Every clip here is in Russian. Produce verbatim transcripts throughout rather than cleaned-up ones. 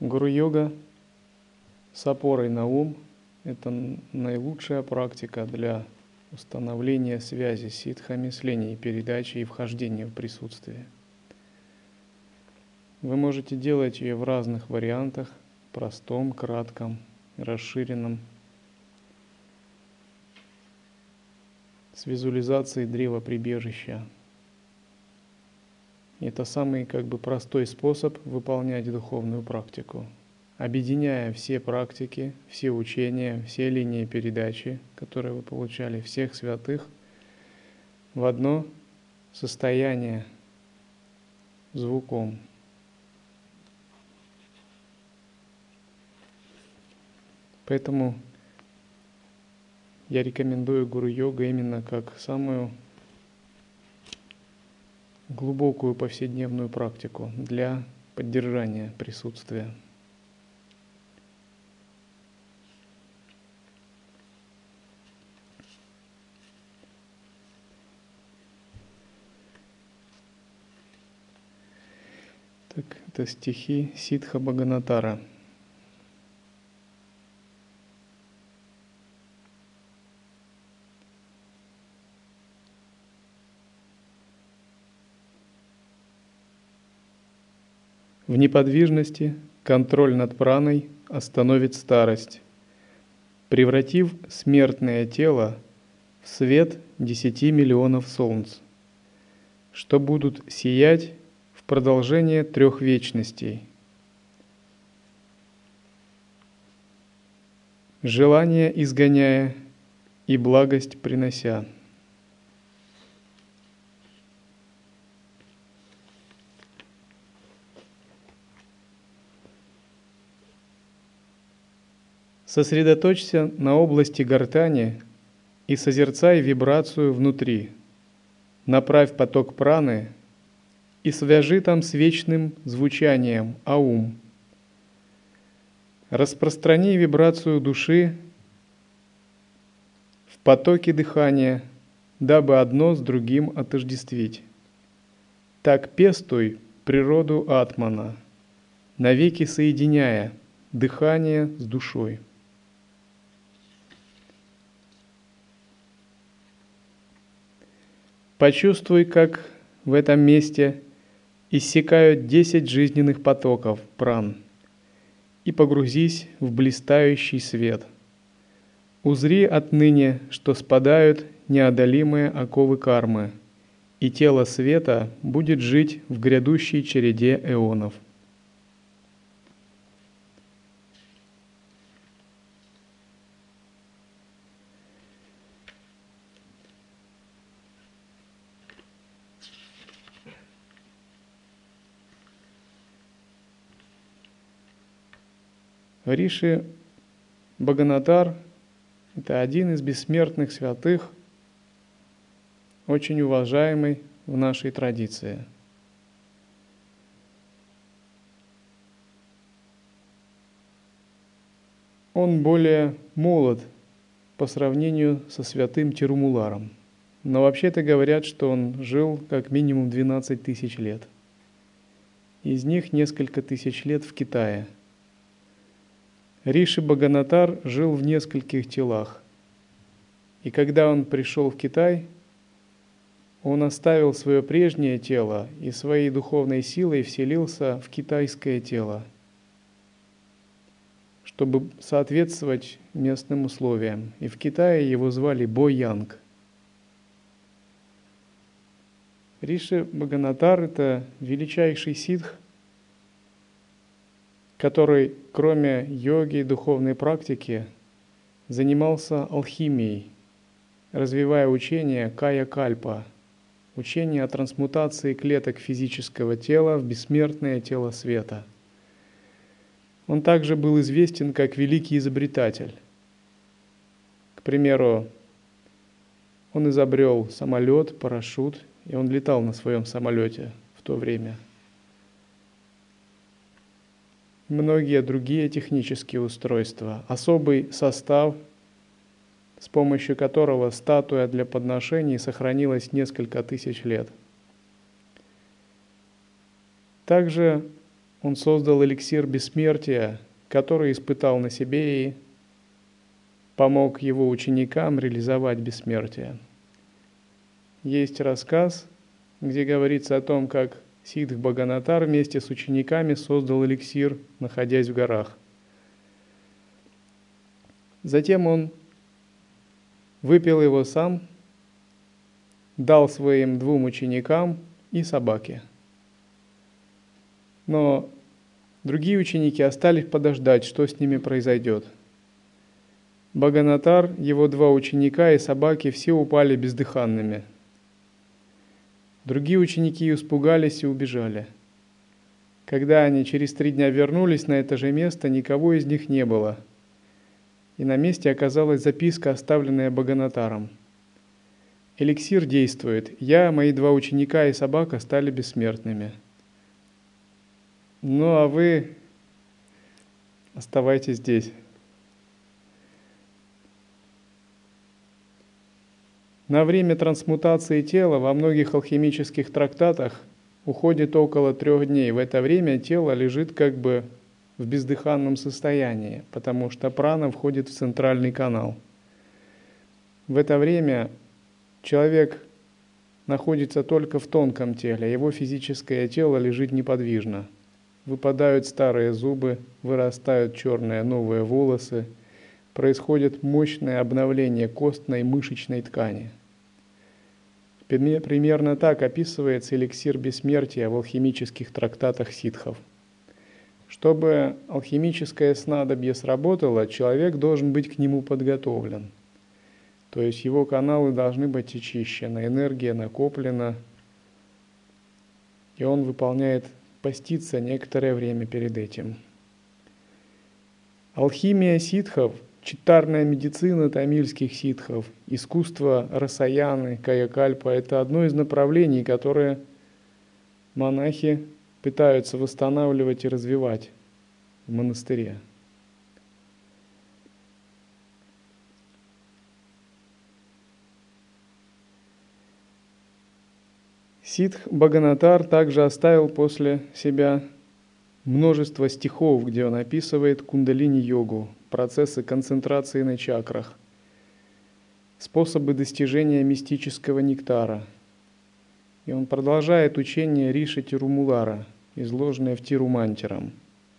Гуру-йога с опорой на ум – это наилучшая практика для установления связи с ситхомысления, передачи и вхождения в присутствие. Вы можете делать ее в разных вариантах – простом, кратком, расширенном, с визуализацией древа прибежища. Это самый как бы простой способ выполнять духовную практику, объединяя все практики, все учения, все линии передачи, которые вы получали, всех святых, в одно состояние звуком. Поэтому я рекомендую гуру-йогу именно как самую глубокую повседневную практику для поддержания присутствия. Так, это стихи Ситха Бхаганатара. В неподвижности контроль над праной остановит старость, превратив смертное тело в свет десяти миллионов солнц, что будут сиять в продолжение трех вечностей. Желание изгоняя и благость принося. Сосредоточься на области гортани и созерцай вибрацию внутри. Направь поток праны и свяжи там с вечным звучанием аум. Распространи вибрацию души в потоке дыхания, дабы одно с другим отождествить. Так пестуй природу атмана, навеки соединяя дыхание с душой. Почувствуй, как в этом месте иссякают десять жизненных потоков пран, и погрузись в блистающий свет. Узри отныне, что спадают неодолимые оковы кармы, и тело света будет жить в грядущей череде эонов. Риши Бхаганатар – это один из бессмертных святых, очень уважаемый в нашей традиции. Он более молод по сравнению со святым Тирумуларом, но вообще-то говорят, что он жил как минимум двенадцать тысяч лет. Из них несколько тысяч лет в Китае. Риши Бхаганатар жил в нескольких телах, и когда он пришел в Китай, он оставил свое прежнее тело и своей духовной силой вселился в китайское тело, чтобы соответствовать местным условиям. И в Китае его звали Бо Янг. Риши Бхаганатар – это величайший ситх, который, кроме йоги и духовной практики, занимался алхимией, развивая учение Кая-кальпа, учение о трансмутации клеток физического тела в бессмертное тело света. Он также был известен как великий изобретатель. К примеру, он изобрел самолет, парашют, и он летал на своем самолете в то время. Многие другие технические устройства, особый состав, с помощью которого статуя для подношений сохранилась несколько тысяч лет. Также он создал эликсир бессмертия, который испытал на себе и помог его ученикам реализовать бессмертие. Есть рассказ, где говорится о том, как Сиддх Бхаганатар вместе с учениками создал эликсир, находясь в горах. Затем он выпил его сам, дал своим двум ученикам и собаке. Но другие ученики остались подождать, что с ними произойдет. Бхаганатар, его два ученика и собаки все упали бездыханными. Другие ученики испугались и убежали. Когда они через три дня вернулись на это же место, никого из них не было. И на месте оказалась записка, оставленная Бхаганатаром. «Эликсир действует. Я, мои два ученика и собака стали бессмертными. Ну а вы оставайтесь здесь». На время трансмутации тела во многих алхимических трактатах уходит около трех дней. В это время тело лежит как бы в бездыханном состоянии, потому что прана входит в центральный канал. В это время человек находится только в тонком теле, его физическое тело лежит неподвижно. Выпадают старые зубы, вырастают черные новые волосы, происходит мощное обновление костной и мышечной ткани. Примерно так описывается эликсир бессмертия в алхимических трактатах ситхов. Чтобы алхимическое снадобье сработало, человек должен быть к нему подготовлен. То есть его каналы должны быть очищены, энергия накоплена, и он выполняет, постится некоторое время перед этим. Алхимия ситхов, читтарная медицина тамильских ситхов, искусство расаяны, кая-кальпа – это одно из направлений, которые монахи пытаются восстанавливать и развивать в монастыре. Сиддх Бхаганатар также оставил после себя множество стихов, где он описывает кундалини-йогу, процессы концентрации на чакрах, способы достижения мистического нектара. И он продолжает учение Риши Тирумулара, изложенное в Тирумантирам.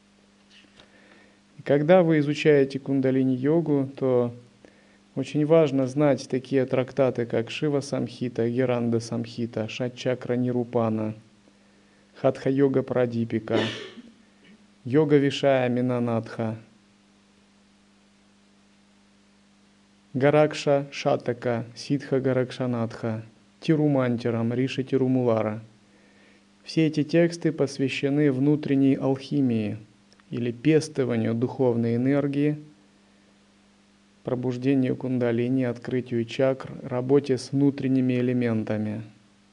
И когда вы изучаете кундалини-йогу, то очень важно знать такие трактаты, как Шива Самхита, Геранда Самхита, Шат-чакра Нирупана, Хатха-йога Прадипика, Йога Вишая Минанатха, Гаракша Шатака, Сиддха Гаракшанатха, Тирумантирам, Риши Тирумулара. Все эти тексты посвящены внутренней алхимии или пестованию духовной энергии, пробуждению кундалини, открытию чакр, работе с внутренними элементами.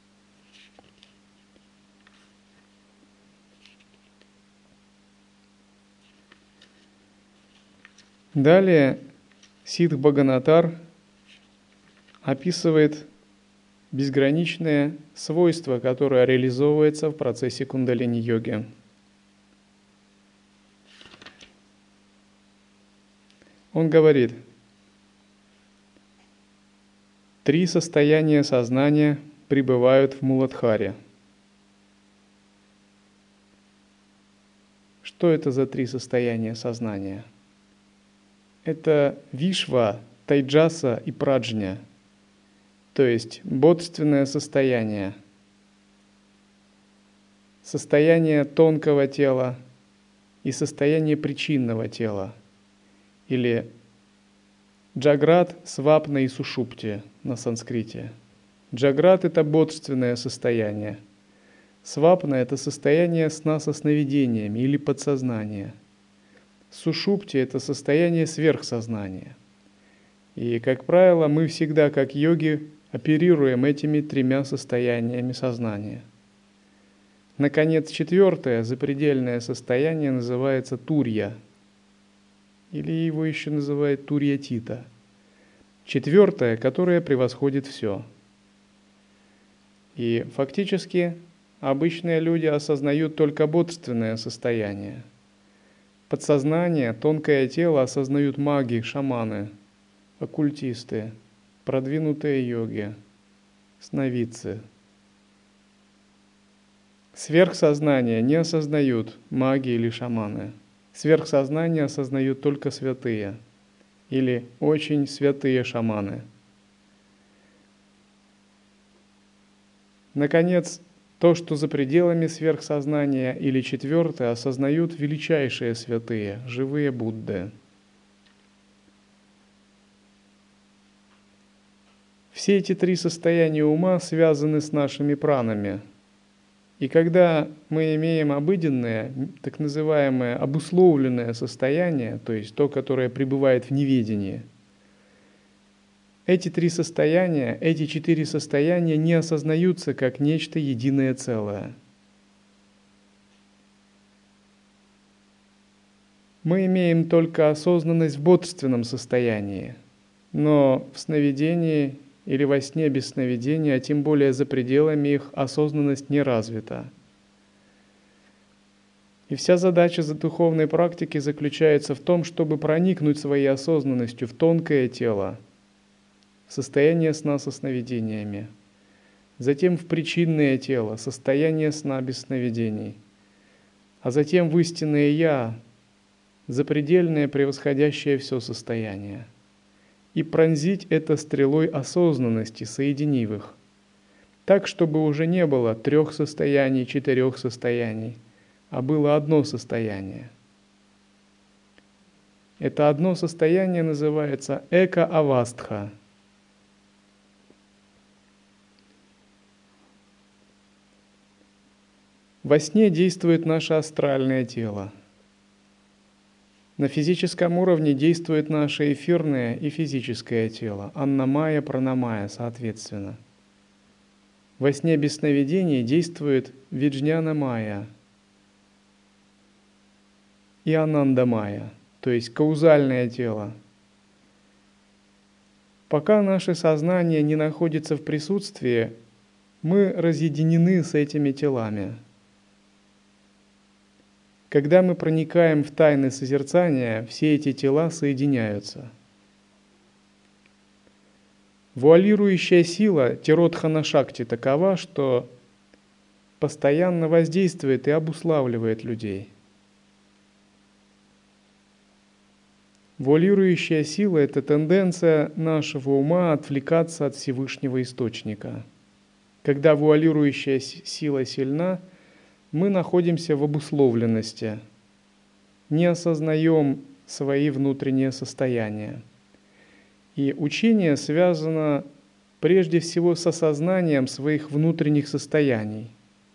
Далее Сиддх Бхаганатар описывает безграничное свойство, которое реализовывается в процессе кундалини-йоги. Он говорит: три состояния сознания пребывают в Муладхаре. Что это за три состояния сознания? Это Вишва, Тайджаса и Праджня, то есть бодственное состояние, состояние тонкого тела и состояние причинного тела, или Джаграт, Свапна и Сушупти на санскрите. Джаграт – это бодственное состояние. Свапна – это состояние сна со сновидениями или подсознания. Сушупти – это состояние сверхсознания. И, как правило, мы всегда, как йоги, оперируем этими тремя состояниями сознания. Наконец, четвертое, запредельное состояние называется турья, или его еще называют турья-тита. Четвертое, которое превосходит все. И фактически Обычные люди осознают только бодрственное состояние. Подсознание, тонкое тело осознают маги, шаманы, оккультисты, продвинутые йоги, сновидцы. Сверхсознание не осознают маги или шаманы. Сверхсознание осознают только святые или очень святые шаманы. Наконец, то, что за пределами сверхсознания, или четвертое, осознают величайшие святые, живые Будды. Все эти три состояния ума связаны с нашими пранами. И когда мы имеем обыденное, так называемое обусловленное состояние, то есть то, которое пребывает в неведении, эти три состояния, эти четыре состояния не осознаются как нечто единое целое. Мы имеем только осознанность в бодрственном состоянии, но в сновидении или во сне без сновидения, а тем более за пределами их, осознанность не развита. И вся задача духовной практики заключается в том, чтобы проникнуть своей осознанностью в тонкое тело, в состояние сна со сновидениями, затем в причинное тело, состояние сна без сновидений, а затем в истинное «Я», запредельное, превосходящее все состояние, и пронзить это стрелой осознанности, соединив их, так, чтобы уже не было трех состояний, четырех состояний, а было одно состояние. Это одно состояние называется эка-авастха. Во сне действует наше астральное тело. На физическом уровне действует наше эфирное и физическое тело, аннамая, пранамая, соответственно. Во сне без сновидений действует виджняна-майя и ананда-майя, то есть каузальное тело. Пока наше сознание не находится в присутствии, мы разъединены с этими телами. Когда мы проникаем в тайны созерцания, все эти тела соединяются. Вуалирующая сила Тиродхана-шакти такова, что постоянно воздействует и обуславливает людей. Вуалирующая сила – это тенденция нашего ума отвлекаться от Всевышнего Источника. Когда вуалирующая сила сильна, мы находимся в обусловленности, не осознаем свои внутренние состояния. И учение связано прежде всего с осознанием своих внутренних состояний.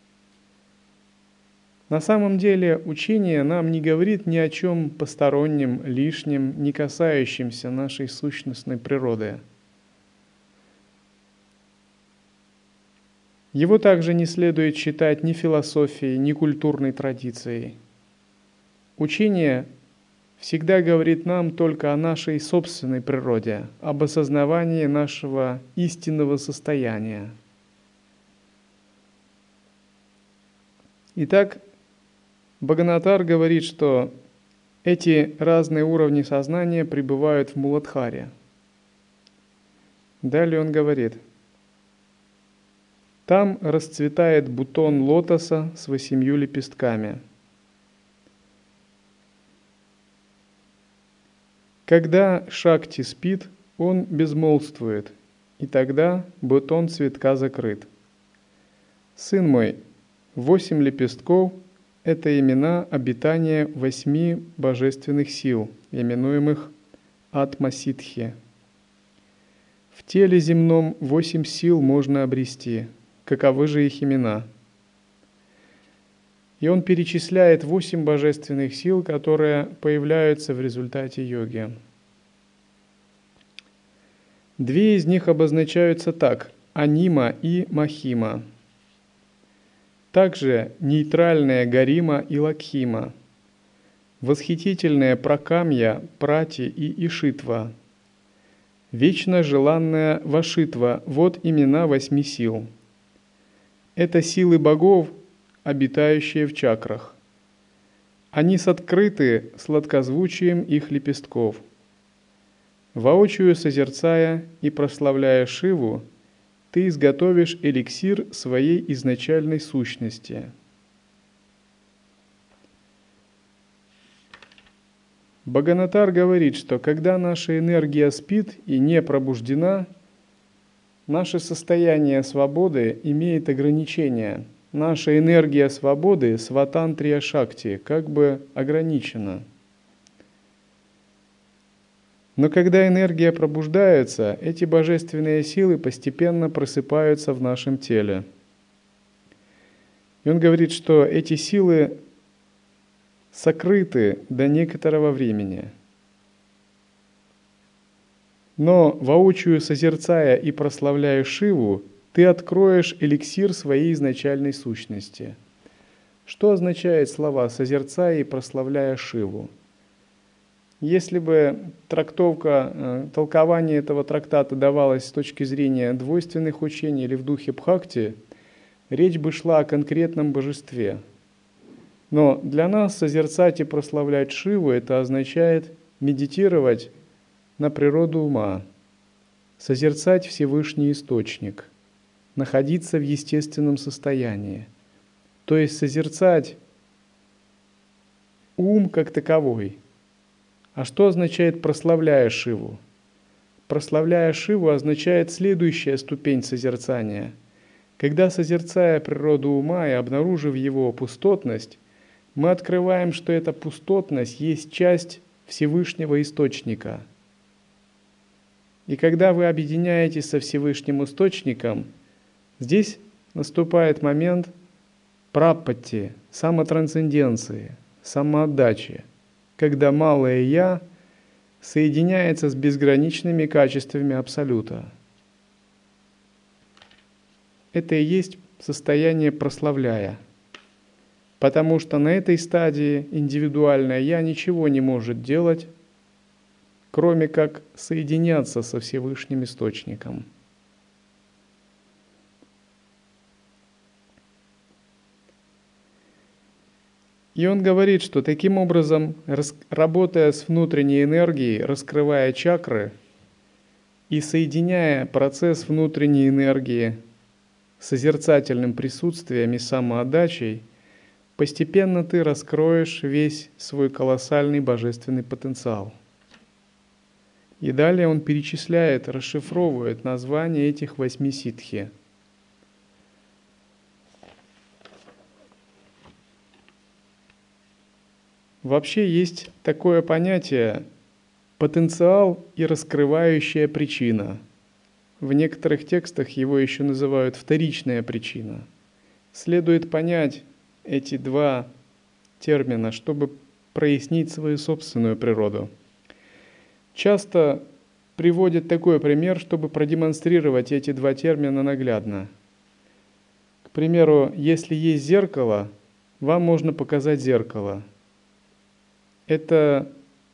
На самом деле учение нам не говорит ни о чем постороннем, лишнем, не касающемся нашей сущностной природы. Его также не следует считать ни философией, ни культурной традицией. Учение всегда говорит нам только о нашей собственной природе, об осознавании нашего истинного состояния. Итак, Бхаганатар говорит, что эти разные уровни сознания пребывают в Муладхаре. Далее он говорит: там расцветает бутон лотоса с восемью лепестками. Когда Шакти спит, он безмолвствует, и тогда бутон цветка закрыт. Сын мой, восемь лепестков – это имена обитания восьми божественных сил, именуемых Атма-ситхи. В теле земном восемь сил можно обрести. Каковы же их имена? И он перечисляет восемь божественных сил, которые появляются в результате йоги. Две из них обозначаются так – анима и махима. Также нейтральная гарима и лакхима, восхитительная пракамья, прати и ишитва, вечно желанная вашитва – вот имена восьми сил. это силы богов, обитающие в чакрах. Они соткрыты сладкозвучием их лепестков. Воочию созерцая и прославляя Шиву, ты изготовишь эликсир своей изначальной сущности. Бхаганатар говорит, что когда наша энергия спит и не пробуждена, наше состояние свободы имеет ограничения. Наша энергия свободы, сватантрия шакти, как бы ограничена. Но когда энергия пробуждается, эти божественные силы постепенно просыпаются в нашем теле. И он говорит, что эти силы сокрыты до некоторого времени. Но воочию созерцая и прославляя Шиву, ты откроешь эликсир своей изначальной сущности. Что означает слова «созерцая и прославляя Шиву»? Если бы трактовка, толкование этого трактата давалось с точки зрения двойственных учений или в духе Бхакти, речь бы шла о конкретном божестве. Но для нас созерцать и прославлять Шиву – это означает медитировать на природу ума, созерцать Всевышний Источник, находиться в естественном состоянии, то есть созерцать ум как таковой. А что означает «прославляя Шиву»? «Прославляя Шиву» означает следующая ступень созерцания. Когда, созерцая природу ума и обнаружив его пустотность, мы открываем, что эта пустотность есть часть Всевышнего Источника. И когда вы объединяетесь со Всевышним Источником, здесь наступает момент прапатти, самотрансценденции, самоотдачи, когда малое «я» соединяется с безграничными качествами Абсолюта. Это и есть состояние «прославляя», потому что на этой стадии индивидуальное «я» ничего не может делать, кроме как соединяться со Всевышним Источником. И он говорит, что таким образом, работая с внутренней энергией, раскрывая чакры и соединяя процесс внутренней энергии с созерцательным присутствием и самоотдачей, постепенно ты раскроешь весь свой колоссальный божественный потенциал. И далее он перечисляет, расшифровывает названия этих восьми ситхи. Вообще есть такое понятие «потенциал и раскрывающая причина». В некоторых текстах его еще называют «вторичная причина». Следует понять эти два термина, чтобы прояснить свою собственную природу. Часто приводят такой пример, чтобы продемонстрировать эти два термина наглядно. К примеру, если есть зеркало, вам можно показать зеркало. Это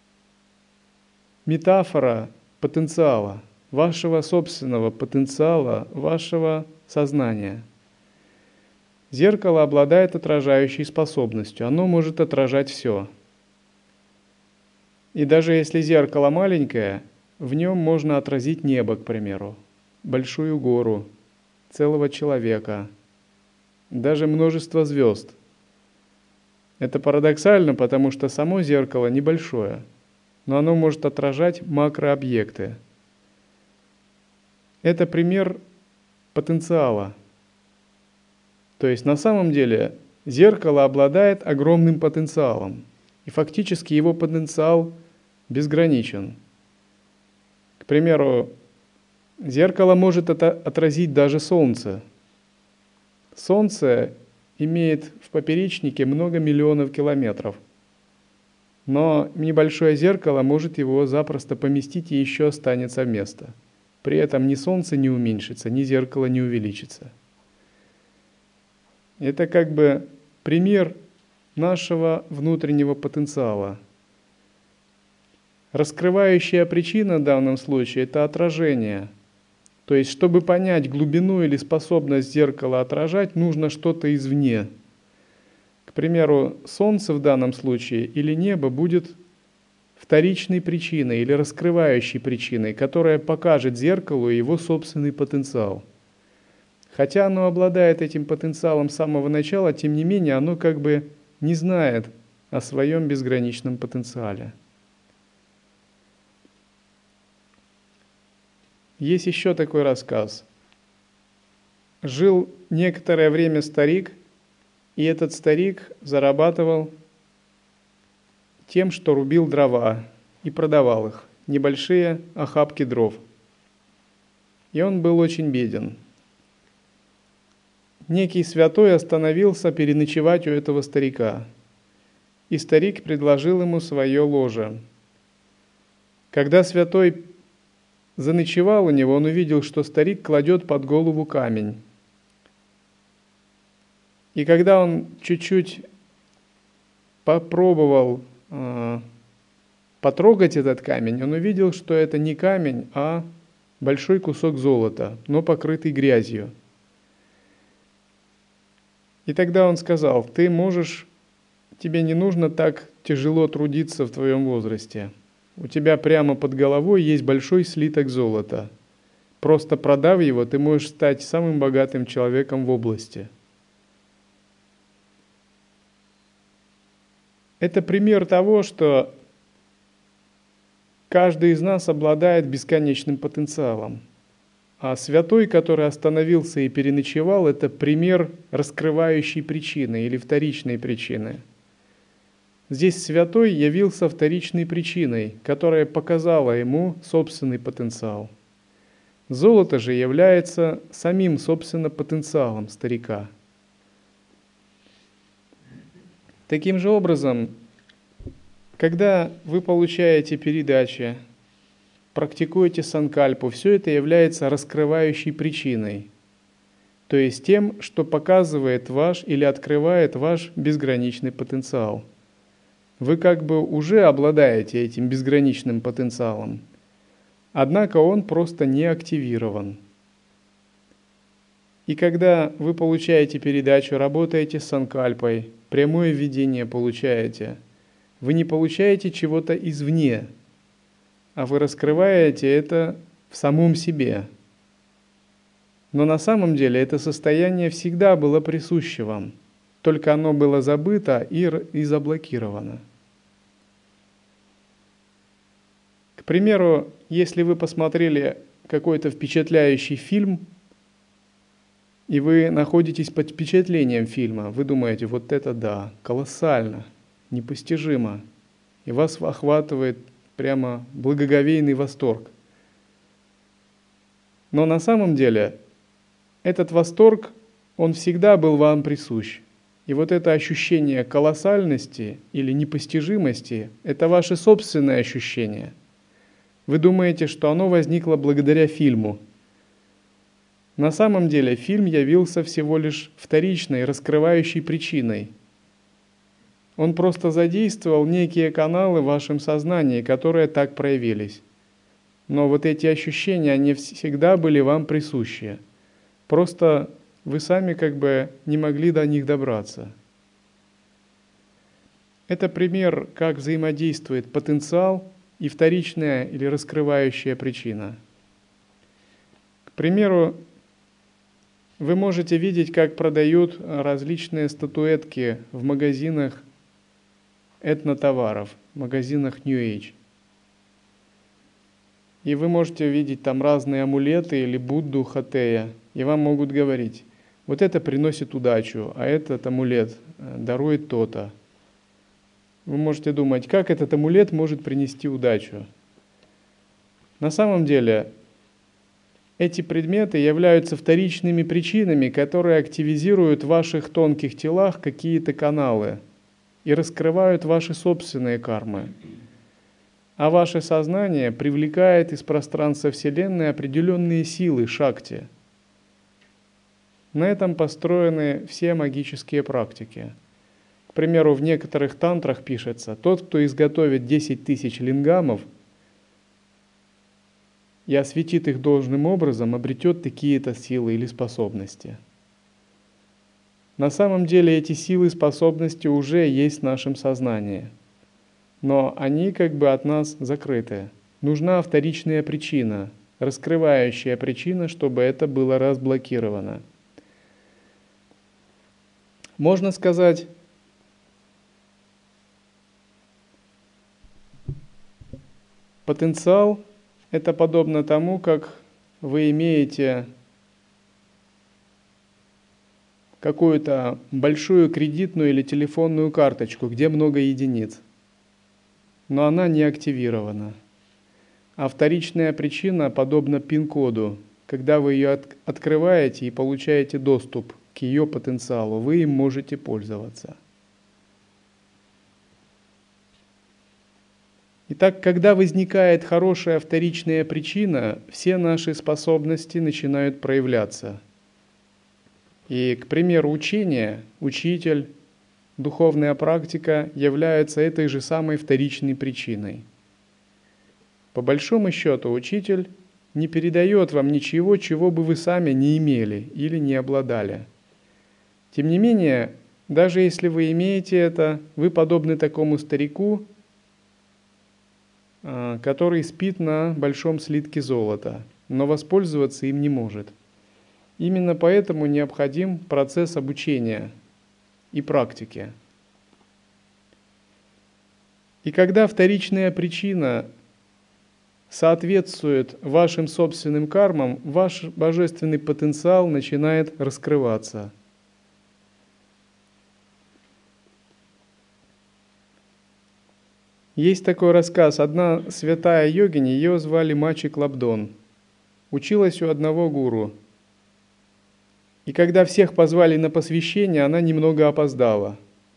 метафора потенциала, вашего собственного потенциала, вашего сознания. Зеркало обладает отражающей способностью, оно может отражать все. И даже если зеркало маленькое, в нем можно отразить небо, к примеру, большую гору, целого человека, даже множество звезд. Это парадоксально, потому что само зеркало небольшое, но оно может отражать макрообъекты. Это пример потенциала. То есть на самом деле зеркало обладает огромным потенциалом, и фактически его потенциал безграничен. К примеру, зеркало может отразить даже Солнце. Солнце имеет в поперечнике много миллионов километров, но небольшое зеркало может его запросто поместить и еще останется место. При этом ни Солнце не уменьшится, ни зеркало не увеличится. Это как бы пример нашего внутреннего потенциала. Раскрывающая причина в данном случае – это отражение. То есть, чтобы понять глубину или способность зеркала отражать, нужно что-то извне. К примеру, солнце в данном случае или небо будет вторичной причиной или раскрывающей причиной, которая покажет зеркалу его собственный потенциал. Хотя оно обладает этим потенциалом с самого начала, тем не менее оно как бы не знает о своем безграничном потенциале. Есть еще такой рассказ. Жил некоторое время старик, и этот старик зарабатывал тем, что рубил дрова и продавал их, небольшие охапки дров. И он был очень беден. Некий святой остановился переночевать у этого старика, и старик предложил ему свое ложе. Когда святой заночевал у него, он увидел, что старик кладет под голову камень. И когда он чуть-чуть попробовал э, потрогать этот камень, он увидел, что это не камень, а большой кусок золота, но покрытый грязью. И тогда он сказал: «Ты можешь, тебе не нужно так тяжело трудиться в твоем возрасте. У тебя прямо под головой есть большой слиток золота. Просто продав его, ты можешь стать самым богатым человеком в области». Это пример того, что каждый из нас обладает бесконечным потенциалом. А святой, который остановился и переночевал, это пример раскрывающей причины или вторичной причины. Здесь святой явился вторичной причиной, которая показала ему собственный потенциал. Золото же является самим, собственно, потенциалом старика. Таким же образом, когда вы получаете передачи, практикуете санкальпу, все это является раскрывающей причиной, то есть тем, что показывает ваш или открывает ваш безграничный потенциал. Вы как бы уже обладаете этим безграничным потенциалом, однако он просто не активирован. И когда вы получаете передачу, работаете с санкальпой, прямое видение получаете, вы не получаете чего-то извне, а вы раскрываете это в самом себе. Но на самом деле это состояние всегда было присуще вам, только оно было забыто и, и заблокировано. К примеру, если вы посмотрели какой-то впечатляющий фильм, и вы находитесь под впечатлением фильма, вы думаете: вот это да, колоссально, непостижимо, и вас охватывает прямо благоговейный восторг. Но на самом деле этот восторг, он всегда был вам присущ. И вот это ощущение колоссальности или непостижимости – это ваше собственное ощущение. Вы думаете, что оно возникло благодаря фильму. На самом деле фильм явился всего лишь вторичной, раскрывающей причиной. Он просто задействовал некие каналы в вашем сознании, которые так проявились. Но вот эти ощущения, они всегда были вам присущи. Просто вы сами как бы не могли до них добраться. Это пример, как взаимодействует потенциал и вторичная или раскрывающая причина. К примеру, вы можете видеть, как продают различные статуэтки в магазинах этнотоваров, в магазинах New Age. И вы можете видеть там разные амулеты или Будду, Хатея. И вам могут говорить: вот это приносит удачу, а этот амулет дарует то-то. Вы можете думать, как этот амулет может принести удачу. На самом деле, эти предметы являются вторичными причинами, которые активизируют в ваших тонких телах какие-то каналы и раскрывают ваши собственные кармы. А ваше сознание привлекает из пространства Вселенной определенные силы шакти. На этом построены все магические практики. К примеру, в некоторых тантрах пишется: тот, кто изготовит десять тысяч лингамов, и осветит их должным образом, обретет такие-то силы или способности. На самом деле эти силы и способности уже есть в нашем сознании, но они как бы от нас закрыты. Нужна вторичная причина, раскрывающая причина, чтобы это было разблокировано. Можно сказать, потенциал – это подобно тому, как вы имеете какую-то большую кредитную или телефонную карточку, где много единиц, но она не активирована. А вторичная причина подобна пин-коду. Когда вы ее от- открываете и получаете доступ к ее потенциалу, вы им можете пользоваться. Итак, когда возникает хорошая вторичная причина, все наши способности начинают проявляться. И, к примеру, учение, учитель, духовная практика являются этой же самой вторичной причиной. По большому счету, учитель не передает вам ничего, чего бы вы сами не имели или не обладали. Тем не менее, даже если вы имеете это, вы подобны такому старику, который спит на большом слитке золота, но воспользоваться им не может. Именно поэтому необходим процесс обучения и практики. И когда вторичная причина соответствует вашим собственным кармам, ваш божественный потенциал начинает раскрываться. Есть такой рассказ. Одна святая йогиня, ее звали Мачи Клабдон, училась у одного гуру. И когда всех позвали на посвящение, она немного опоздала.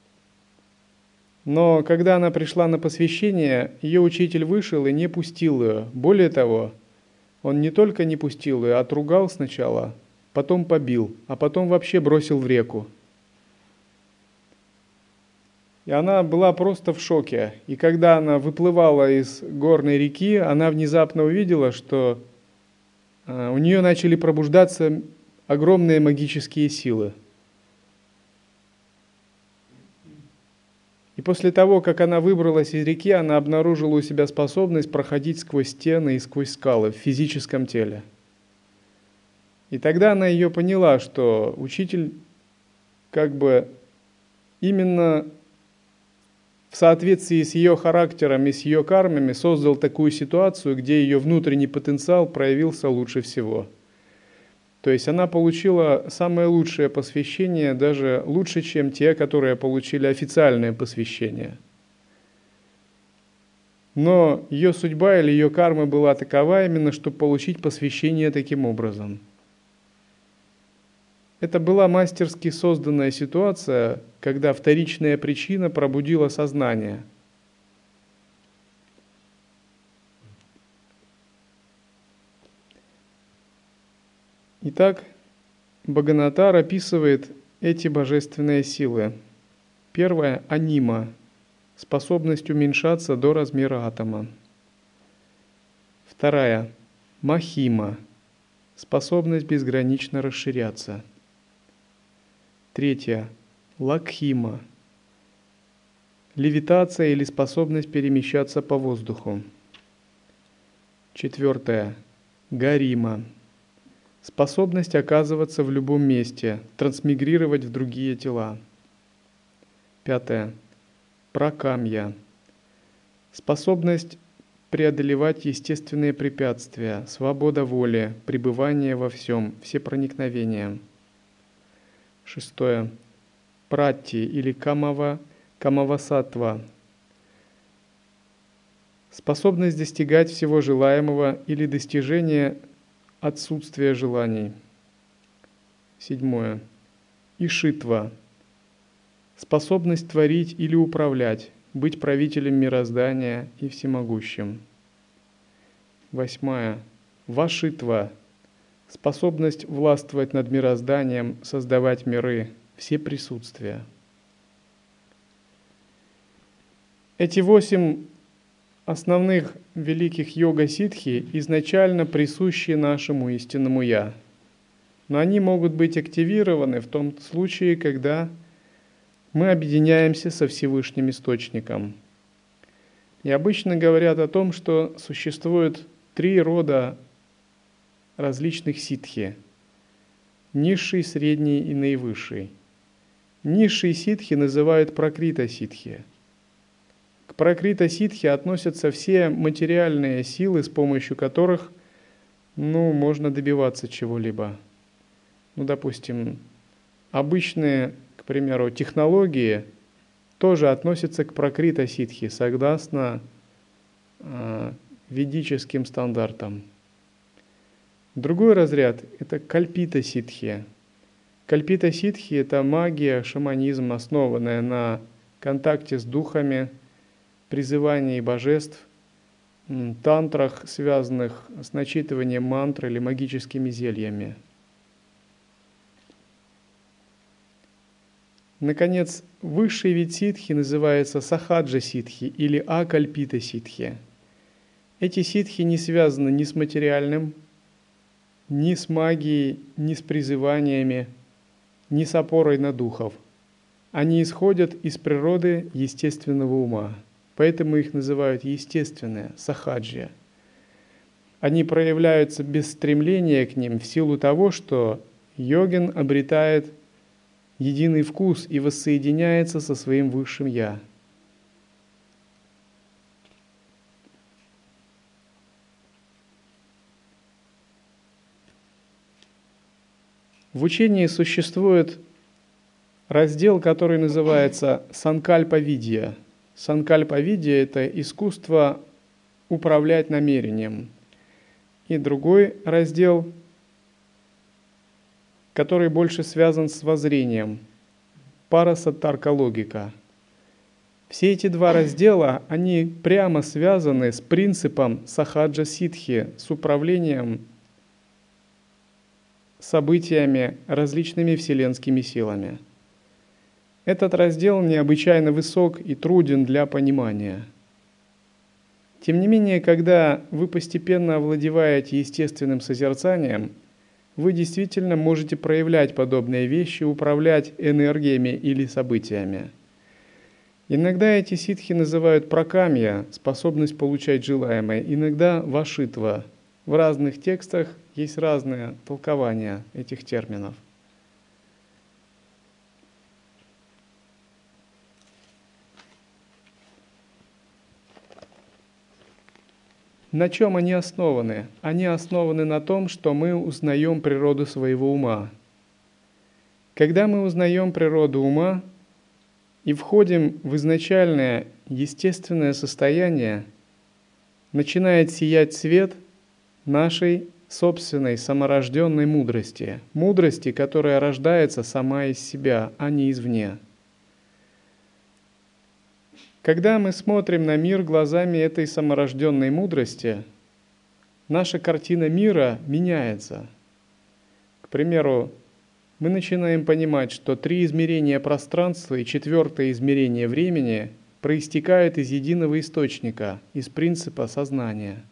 Но когда она пришла на посвящение, ее учитель вышел и не пустил ее. Более того, он не только не пустил ее, отругал сначала, потом побил, а потом вообще бросил в реку. И она была просто в шоке. И когда она выплывала из горной реки, она внезапно увидела, что у нее начали пробуждаться огромные магические силы. И после того, как она выбралась из реки, она обнаружила у себя способность проходить сквозь стены и сквозь скалы в физическом теле. И тогда она ее поняла, что учитель как бы именно в соответствии с ее характером и с ее кармами создал такую ситуацию, где ее внутренний потенциал проявился лучше всего. То есть она получила самое лучшее посвящение, даже лучше, чем те, которые получили официальное посвящение. Но ее судьба или ее карма была такова именно, чтобы получить посвящение таким образом. Это была мастерски созданная ситуация, когда вторичная причина пробудила сознание. Итак, Бхаганатар описывает эти божественные силы. Первое – анима, способность уменьшаться до размера атома. Вторая – махима, способность безгранично расширяться. Третья – лакхима, левитация или способность перемещаться по воздуху. Четвертая – гарима, способность оказываться в любом месте, трансмигрировать в другие тела. Пятое. Пракамья. Способность преодолевать естественные препятствия, свобода воли, пребывание во всем, всепроникновение. Шестое. Пратти или камава, камавасаттва. Способность достигать всего желаемого или достижения отсутствия желаний. Седьмое. Ишитва. Способность творить или управлять, быть правителем мироздания и всемогущим. Восьмая. Вашитва. Способность властвовать над мирозданием, создавать миры, все присутствия. Эти восемь основных великих йога-ситхи изначально присущи нашему истинному «Я». Но они могут быть активированы в том случае, когда мы объединяемся со Всевышним Источником. И обычно говорят о том, что существует три рода различных ситхи – низший, средний и наивысший. Низшие ситхи называют пракрита-ситхи. К пракрита-ситхи относятся все материальные силы, с помощью которых ну, можно добиваться чего-либо. Ну, допустим, обычные, к примеру, технологии тоже относятся к пракрита-ситхи, согласно э, ведическим стандартам. Другой разряд – это кальпита-ситхи. Кальпита-ситхи – это магия, шаманизм, основанная на контакте с духами, призывании божеств, тантрах, связанных с начитыванием мантр или магическими зельями. Наконец, высший вид ситхи называется сахаджа-ситхи или акальпита-ситхи. Эти ситхи не связаны ни с материальным, ни с магией, ни с призываниями, ни с опорой на духов. Они исходят из природы естественного ума, поэтому их называют естественные, сахаджи. Они проявляются без стремления к ним в силу того, что йогин обретает единый вкус и воссоединяется со своим высшим «Я». В учении существует раздел, который называется санкальпа-видья. Санкальпа-видья – это искусство управлять намерением. И другой раздел, который больше связан с воззрением – парасаттарка-логика. Все эти два раздела, они прямо связаны с принципом сахаджа-ситхи, с управлением событиями, различными вселенскими силами. Этот раздел необычайно высок и труден для понимания. Тем не менее, когда вы постепенно овладеваете естественным созерцанием, вы действительно можете проявлять подобные вещи, управлять энергиями или событиями. Иногда эти ситхи называют пракамья, способность получать желаемое, иногда вашитва. В разных текстах есть разные толкования этих терминов. На чем они основаны? Они основаны на том, что мы узнаем природу своего ума. Когда мы узнаем природу ума и входим в изначальное естественное состояние, начинает сиять свет нашей собственной саморожденной мудрости, мудрости, которая рождается сама из себя, а не извне. Когда мы смотрим на мир глазами этой саморожденной мудрости, наша картина мира меняется. К примеру, мы начинаем понимать, что три измерения пространства и четвертое измерение времени проистекают из единого источника, из принципа сознания.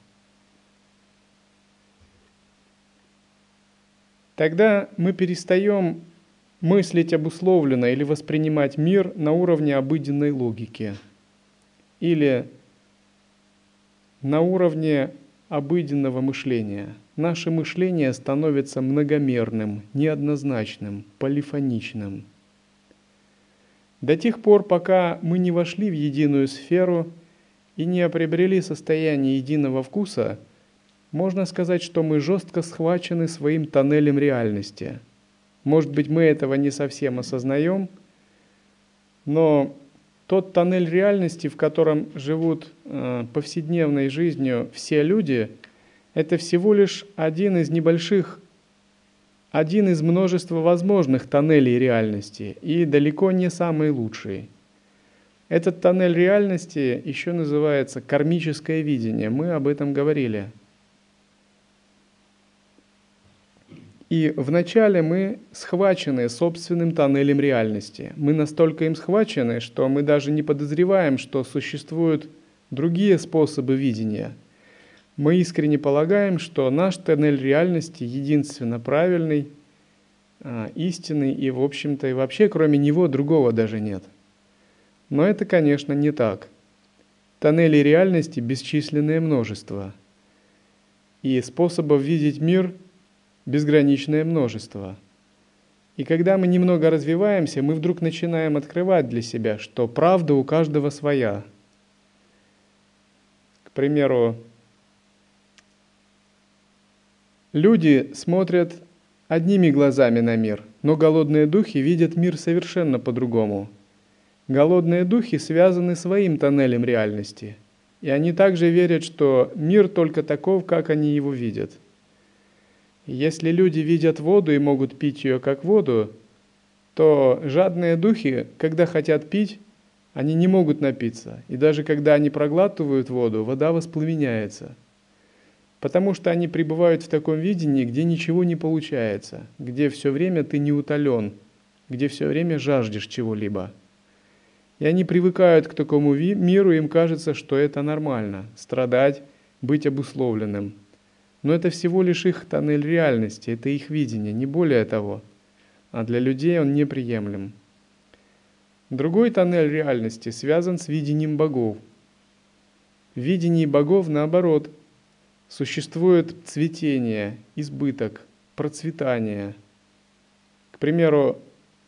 Тогда мы перестаем мыслить обусловленно или воспринимать мир на уровне обыденной логики или на уровне обыденного мышления. Наше мышление становится многомерным, неоднозначным, полифоничным. До тех пор, пока мы не вошли в единую сферу и не приобрели состояние единого вкуса, можно сказать, что мы жестко схвачены своим тоннелем реальности. Может быть, мы этого не совсем осознаем, но тот тоннель реальности, в котором живут э, повседневной жизнью все люди, это всего лишь один из небольших, один из множества возможных тоннелей реальности, и далеко не самый лучший. Этот тоннель реальности еще называется кармическое видение, мы об этом говорили. И вначале мы схвачены собственным тоннелем реальности. Мы настолько им схвачены, что мы даже не подозреваем, что существуют другие способы видения. Мы искренне полагаем, что наш тоннель реальности единственно правильный, истинный, и, в общем-то, и вообще кроме него другого даже нет. Но это, конечно, не так. Тоннелей реальности бесчисленное множество, и способов видеть мир безграничное множество. И когда мы немного развиваемся, мы вдруг начинаем открывать для себя, что правда у каждого своя. К примеру, люди смотрят одними глазами на мир, но голодные духи видят мир совершенно по-другому. Голодные духи связаны своим тоннелем реальности, и они также верят, что мир только таков, как они его видят. Если люди видят воду и могут пить ее как воду, то жадные духи, когда хотят пить, они не могут напиться. И даже когда они проглатывают воду, вода воспламеняется. Потому что они пребывают в таком видении, где ничего не получается, где все время ты не утолен, где все время жаждешь чего-либо. И они привыкают к такому миру, им кажется, что это нормально – страдать, быть обусловленным. Но это всего лишь их тоннель реальности, это их видение, не более того. А для людей он неприемлем. Другой тоннель реальности связан с видением богов. В видении богов, наоборот, существует цветение, избыток, процветание. К примеру,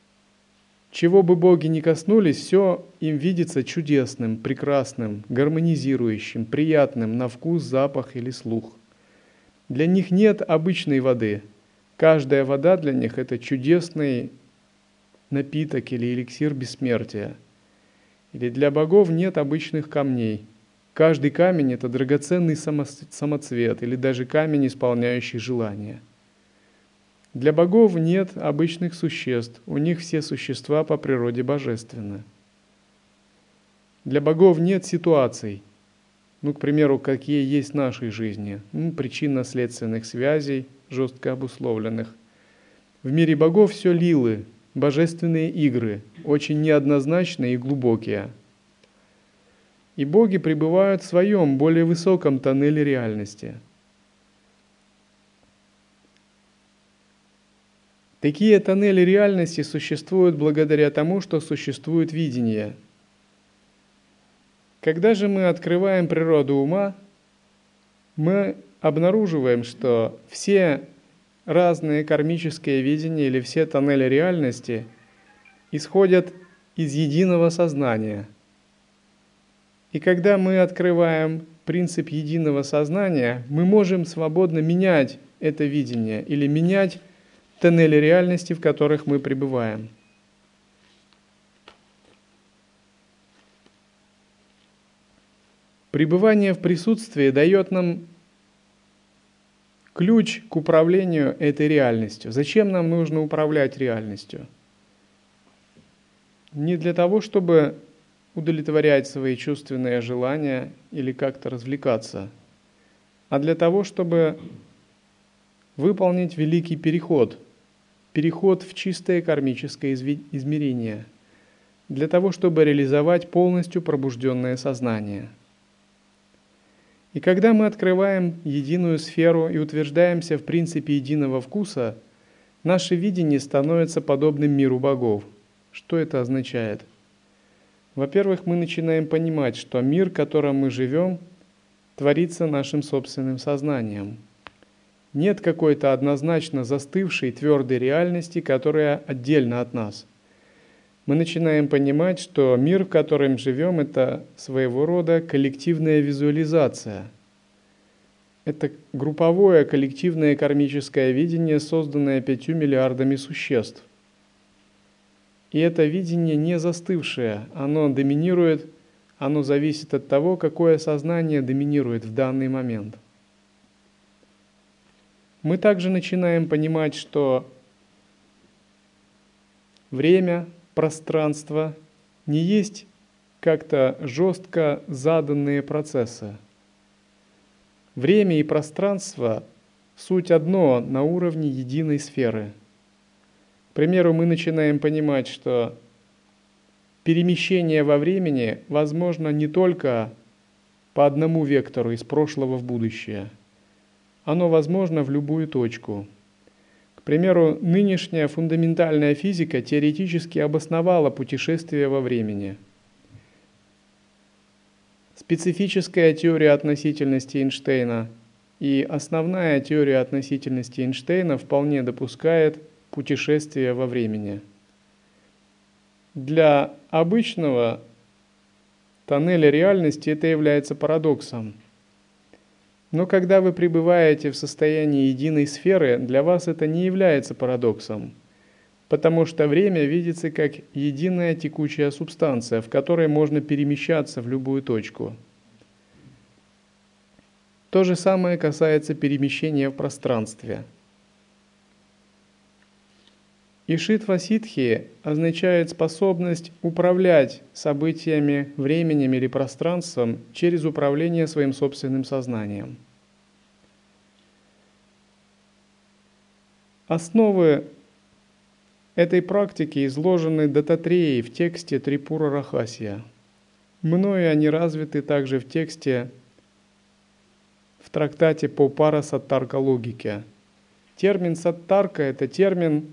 чего бы боги ни коснулись, все им видится чудесным, прекрасным, гармонизирующим, приятным на вкус, запах или слух. Для них нет обычной воды. Каждая вода для них – это чудесный напиток или эликсир бессмертия. Или для богов нет обычных камней. Каждый камень – это драгоценный самоцвет или даже камень, исполняющий желания. Для богов нет обычных существ, у них все существа по природе божественны. Для богов нет ситуаций, ну, к примеру, какие есть в нашей жизни, ну, причинно-следственных связей, жестко обусловленных. В мире богов все лилы, божественные игры, очень неоднозначные и глубокие. И боги пребывают в своем, более высоком тоннеле реальности. Такие тоннели реальности существуют благодаря тому, что существует видение. Когда же мы открываем природу ума, мы обнаруживаем, что все разные кармические видения или все тоннели реальности исходят из единого сознания. И когда мы открываем принцип единого сознания, мы можем свободно менять это видение или менять тоннели реальности, в которых мы пребываем. Пребывание в присутствии дает нам ключ к управлению этой реальностью. Зачем нам нужно управлять реальностью? Не для того, чтобы удовлетворять свои чувственные желания или как-то развлекаться, а для того, чтобы выполнить великий переход, переход в чистое кармическое измерение, для того, чтобы реализовать полностью пробужденное сознание. И когда мы открываем единую сферу и утверждаемся в принципе единого вкуса, наше видение становится подобным миру богов. Что это означает? Во-первых, мы начинаем понимать, что мир, в котором мы живем, творится нашим собственным сознанием. Нет какой-то однозначно застывшей твердой реальности, которая отдельно от нас. Мы начинаем понимать, что мир, в котором живем, это своего рода коллективная визуализация. Это групповое коллективное кармическое видение, созданное пятью миллиардами существ. И это видение не застывшее, оно доминирует, оно зависит от того, какое сознание доминирует в данный момент. Мы также начинаем понимать, что время, пространство не есть как-то жестко заданные процессы. Время и пространство – суть одно на уровне единой сферы. К примеру, мы начинаем понимать, что перемещение во времени возможно не только по одному вектору из прошлого в будущее. Оно возможно в любую точку. К примеру, нынешняя фундаментальная физика теоретически обосновала путешествие во времени. Специфическая теория относительности Эйнштейна и основная теория относительности Эйнштейна вполне допускает путешествие во времени. Для обычного тоннеля реальности это является парадоксом. Но когда вы пребываете в состоянии единой сферы, для вас это не является парадоксом, потому что время видится как единая текучая субстанция, в которой можно перемещаться в любую точку. То же самое касается перемещения в пространстве. Ишитва ситхи означает способность управлять событиями, временем или пространством через управление своим собственным сознанием. Основы этой практики изложены Дататреей в тексте Трипура Рахасья. Мною они развиты также в тексте в трактате по парасаттарка логике. Термин саттарка – это термин,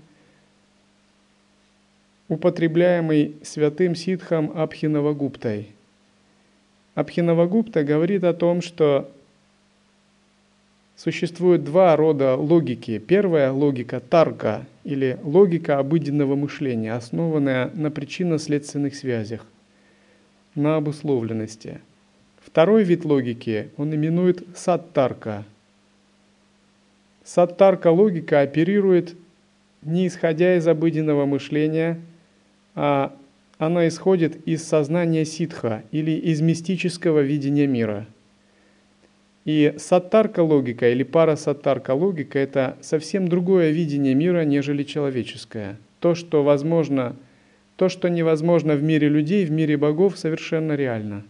употребляемый святым ситхом Абхинавагуптой. Абхинавагупта говорит о том, что существует два рода логики. Первая логика – тарка, или логика обыденного мышления, основанная на причинно-следственных связях, на обусловленности. Второй вид логики он именует саттарка. Саттарка логика оперирует не исходя из обыденного мышления, а она исходит из сознания ситха или из мистического видения мира. И саттарка логика или парасаттарка логика – это совсем другое видение мира, нежели человеческое. То, что возможно, то, что невозможно в мире людей, в мире богов, совершенно реально.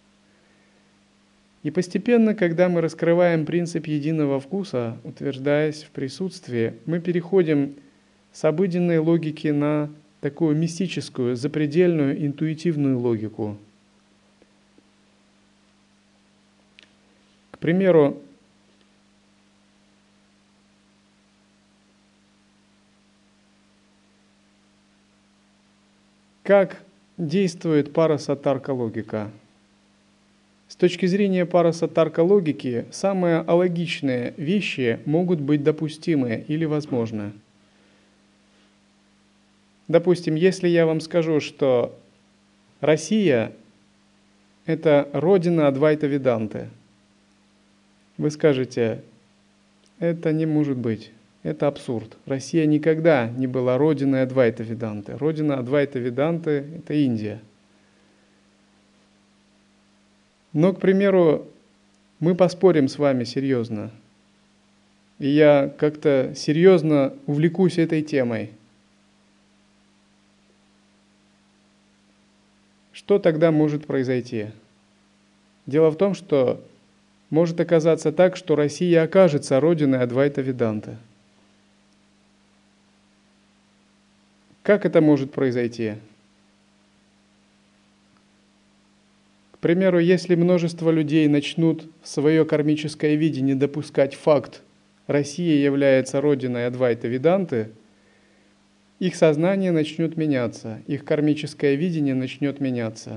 И постепенно, когда мы раскрываем принцип единого вкуса, утверждаясь в присутствии, мы переходим с обыденной логики на такую мистическую, запредельную, интуитивную логику. К примеру, как действует парасаттарка логика? С точки зрения парасаттарка логики, самые алогичные вещи могут быть допустимы или возможны. Допустим, если я вам скажу, что Россия – это родина Адвайта Веданты, вы скажете, это не может быть, это абсурд. Россия никогда не была родиной Адвайта Веданты. Родина Адвайта Веданты – это Индия. Но, к примеру, мы поспорим с вами серьезно, и я как-то серьезно увлекусь этой темой. Что тогда может произойти? Дело в том, что может оказаться так, что Россия окажется родиной Адвайта Веданты. Как это может произойти? К примеру, если множество людей начнут в свое кармическое видение допускать факт, Россия является родиной Адвайта Веданты, их сознание начнет меняться, их кармическое видение начнет меняться.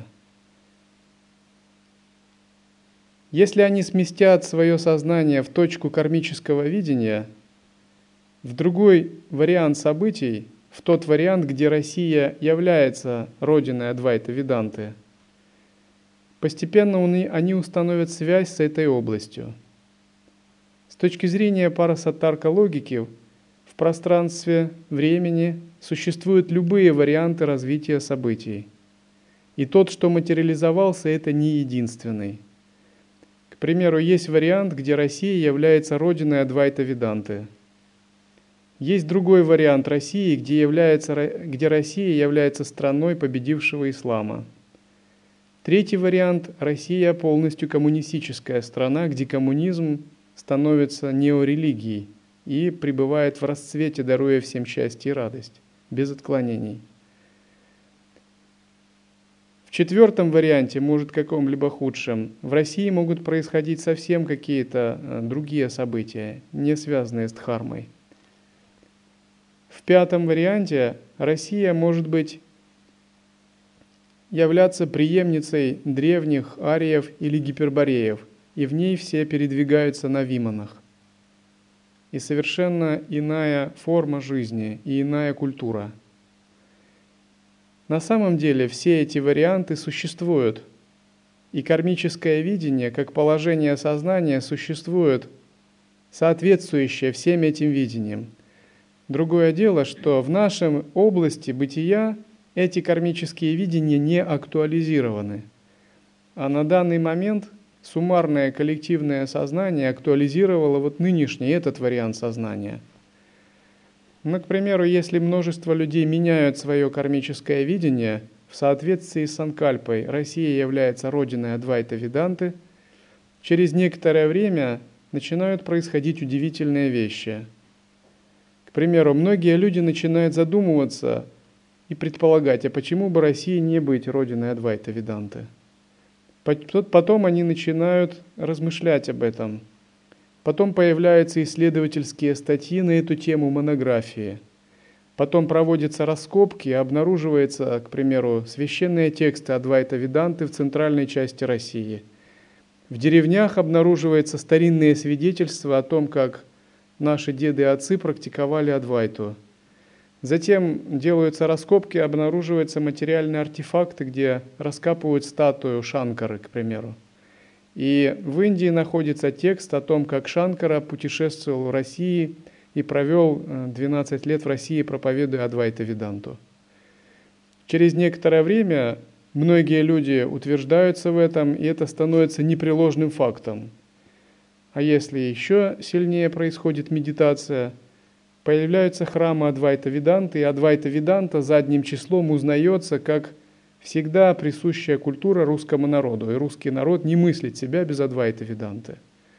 Если они сместят свое сознание в точку кармического видения, в другой вариант событий, в тот вариант, где Россия является родиной Адвайта Веданты, постепенно они установят связь с этой областью. С точки зрения парасаттарка логики, в пространстве, времени существуют любые варианты развития событий. И тот, что материализовался, это не единственный. К примеру, есть вариант, где Россия является родиной Адвайта Веданты. Есть другой вариант России, где, является, где Россия является страной победившего ислама. Третий вариант – Россия полностью коммунистическая страна, где коммунизм становится неорелигией и пребывает в расцвете, даруя всем счастье и радость, без отклонений. В четвертом варианте, может каком-либо худшем, в России могут происходить совсем какие-то другие события, не связанные с Дхармой. В пятом варианте Россия может быть являться преемницей древних ариев или гипербореев, и в ней все передвигаются на виманах. И совершенно иная форма жизни и иная культура. На самом деле все эти варианты существуют, и кармическое видение, как положение сознания, существует, соответствующее всем этим видениям. Другое дело, что в нашей области бытия эти кармические видения не актуализированы. А на данный момент суммарное коллективное сознание актуализировало вот нынешний этот вариант сознания. Ну, к примеру, если множество людей меняют свое кармическое видение, в соответствии с санкальпой Россия является родиной Адвайта Веданты, через некоторое время начинают происходить удивительные вещи. К примеру, многие люди начинают задумываться и предполагать, а почему бы России не быть родиной Адвайта Веданты? Потом они начинают размышлять об этом. Потом появляются исследовательские статьи на эту тему, монографии. Потом проводятся раскопки, обнаруживаются, к примеру, священные тексты Адвайта Веданты в центральной части России. В деревнях обнаруживаются старинные свидетельства о том, как наши деды и отцы практиковали Адвайту. Затем делаются раскопки, обнаруживаются материальные артефакты, где раскапывают статую Шанкары, к примеру. И в Индии находится текст о том, как Шанкара путешествовал в России и провел двенадцать лет в России, проповедуя Адвайта Веданту. Через некоторое время многие люди утверждаются в этом, и это становится непреложным фактом. А если еще сильнее происходит медитация, появляются храмы Адвайта Веданты, и Адвайта Веданта задним числом узнается как всегда присущая культура русскому народу, и русский народ не мыслит себя без Адвайта Веданты.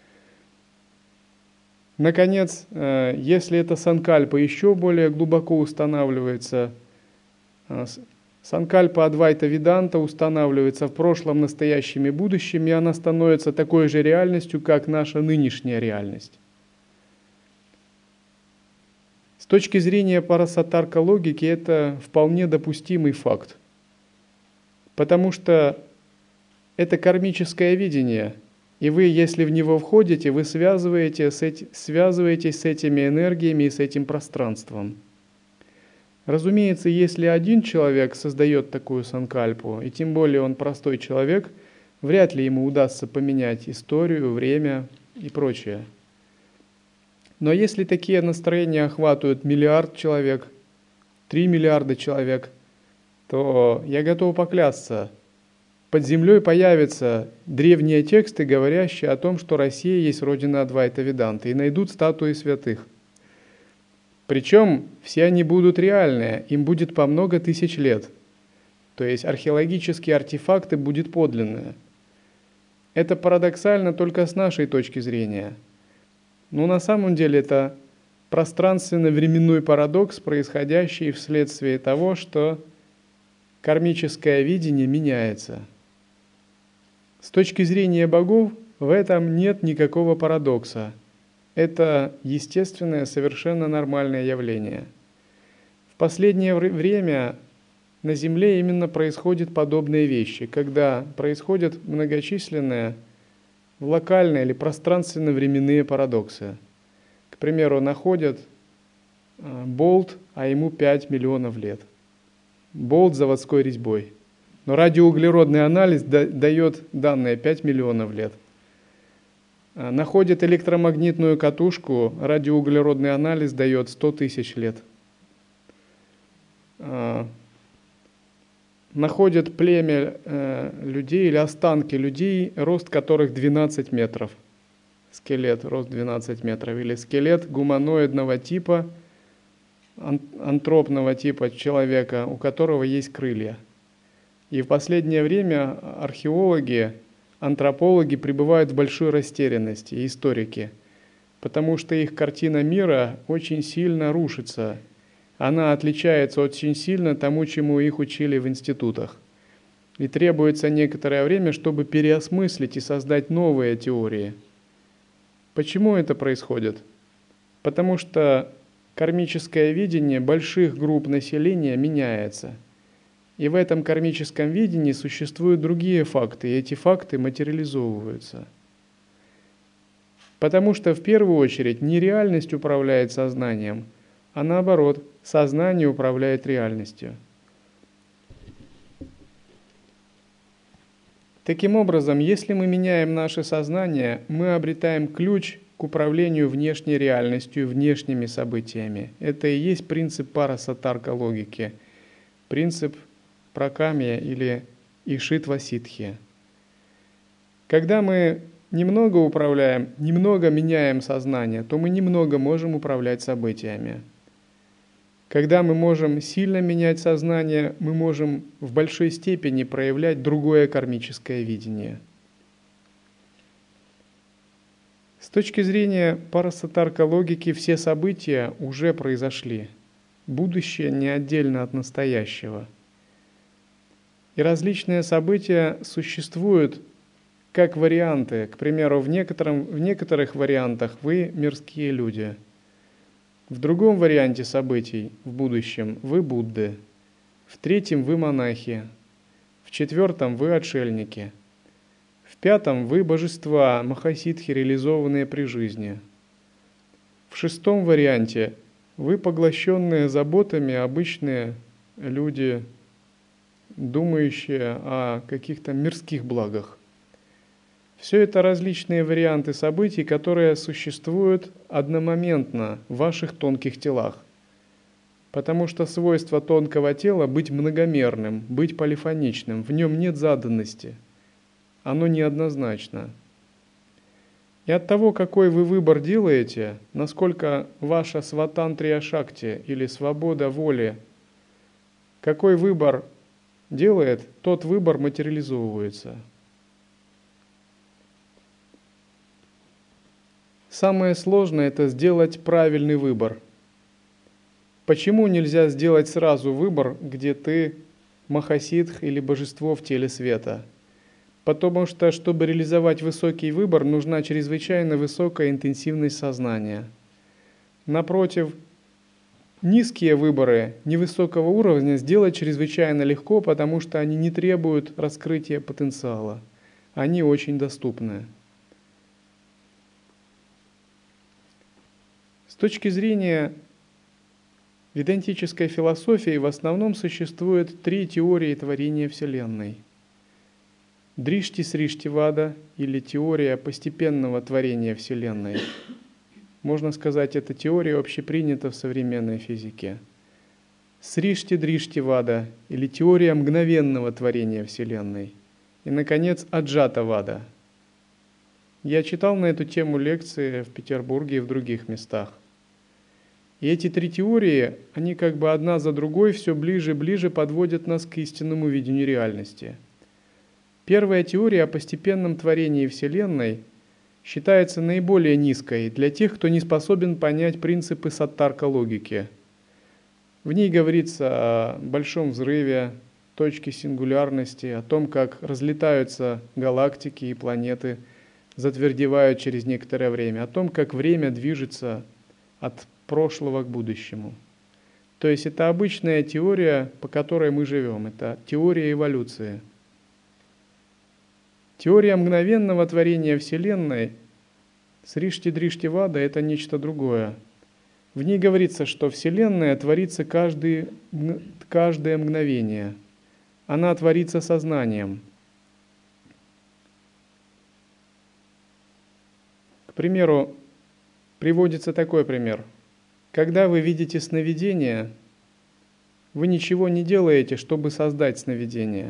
Наконец, если эта санкальпа еще более глубоко устанавливается, санкальпа Адвайта Веданта устанавливается в прошлом, настоящем и будущем, и она становится такой же реальностью, как наша нынешняя реальность. С точки зрения парасатарка логики это вполне допустимый факт. Потому что это кармическое видение, и вы, если в него входите, вы связываете с эти, связываетесь с этими энергиями и с этим пространством. Разумеется, если один человек создает такую санкальпу, и тем более он простой человек, вряд ли ему удастся поменять историю, время и прочее. Но если такие настроения охватывают миллиард человек, три миллиарда человек, то я готов поклясться, под землей появятся древние тексты, говорящие о том, что Россия есть родина Адвайта Веданты, и найдут статуи святых. Причем все они будут реальные, им будет по много тысяч лет. То есть археологические артефакты будут подлинные. Это парадоксально только с нашей точки зрения. Но на самом деле это пространственно-временной парадокс, происходящий вследствие того, что кармическое видение меняется. С точки зрения богов в этом нет никакого парадокса. Это естественное, совершенно нормальное явление. В последнее время на Земле именно происходят подобные вещи, когда происходят многочисленные локальные или пространственно-временные парадоксы. К примеру, находят болт, а ему пять миллионов лет. Болт с заводской резьбой. Но радиоуглеродный анализ да, дает данные пять миллионов лет. Находят электромагнитную катушку, радиоуглеродный анализ дает сто тысяч лет. Находят племя э, людей или останки людей, рост которых двенадцать метров. Скелет, рост двенадцать метров. Или скелет гуманоидного типа, ан- антропного типа человека, у которого есть крылья. И в последнее время археологи, антропологи пребывают в большой растерянности, и историки, потому что их картина мира очень сильно рушится. Она отличается очень сильно тому, чему их учили в институтах. И требуется некоторое время, чтобы переосмыслить и создать новые теории. Почему это происходит? Потому что кармическое видение больших групп населения меняется. И в этом кармическом видении существуют другие факты, и эти факты материализовываются. Потому что в первую очередь не реальность управляет сознанием, а наоборот, сознание управляет реальностью. Таким образом, если мы меняем наше сознание, мы обретаем ключ к управлению внешней реальностью и внешними событиями. Это и есть принцип парасатарка логики, принцип пракамья или ишитва-ситхи. Когда мы немного управляем, немного меняем сознание, то мы немного можем управлять событиями. Когда мы можем сильно менять сознание, мы можем в большой степени проявлять другое кармическое видение. С точки зрения парасатарка логики все события уже произошли. Будущее не отдельно от настоящего. И различные события существуют как варианты. К примеру, в, некотором, в некоторых вариантах вы мирские люди. В другом варианте событий в будущем вы Будды. В третьем вы монахи. В четвертом вы отшельники. В пятом вы божества, махасидхи, реализованные при жизни. В шестом варианте вы поглощенные заботами обычные люди, думающие о каких-то мирских благах. Все это различные варианты событий, которые существуют одномоментно в ваших тонких телах. Потому что свойство тонкого тела быть многомерным, быть полифоничным, в нем нет заданности. Оно неоднозначно. И от того, какой вы выбор делаете, насколько ваша сватантрия шакти или свобода воли, какой выбор делает, тот выбор материализовывается. Самое сложное – это сделать правильный выбор. Почему нельзя сделать сразу выбор, где ты махасидх или божество в теле света? Потому что, чтобы реализовать высокий выбор, нужна чрезвычайно высокая интенсивность сознания. Напротив, низкие выборы невысокого уровня сделать чрезвычайно легко, потому что они не требуют раскрытия потенциала. Они очень доступны. С точки зрения ведантической философии в основном существует три теории творения Вселенной. Дришти-сриштивада или теория постепенного творения Вселенной. Можно сказать, эта теория общепринята в современной физике. Сришти-дриштивада или теория мгновенного творения Вселенной. И, наконец, аджата-вада. Я читал на эту тему лекции в Петербурге и в других местах. И эти три теории, они как бы одна за другой все ближе и ближе подводят нас к истинному видению реальности. Первая теория о постепенном творении Вселенной считается наиболее низкой для тех, кто не способен понять принципы саттарка логики. В ней говорится о большом взрыве, точке сингулярности, о том, как разлетаются галактики и планеты, затвердевают через некоторое время, о том, как время движется от прошлого к будущему. То есть это обычная теория, по которой мы живем, это теория эволюции. Теория мгновенного творения Вселенной Сришти-дриштивада – это нечто другое. В ней говорится, что Вселенная творится каждый, каждое мгновение. Она творится сознанием. К примеру, приводится такой пример. Когда вы видите сновидение, вы ничего не делаете, чтобы создать сновидение.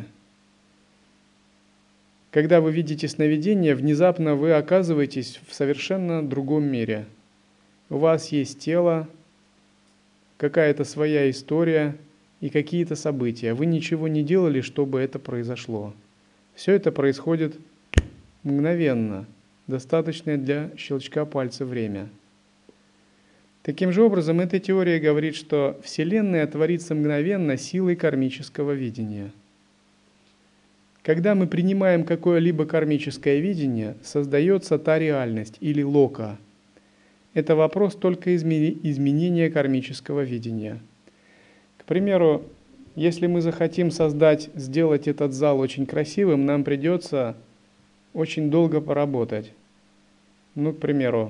Когда вы видите сновидение, внезапно вы оказываетесь в совершенно другом мире. У вас есть тело, какая-то своя история и какие-то события. Вы ничего не делали, чтобы это произошло. Все это происходит мгновенно, достаточное для щелчка пальца время. Таким же образом, эта теория говорит, что Вселенная творится мгновенно силой кармического видения. Когда мы принимаем какое-либо кармическое видение, создается та реальность или лока. Это вопрос только изменения кармического видения. К примеру, если мы захотим создать, сделать этот зал очень красивым, нам придется очень долго поработать. Ну, к примеру,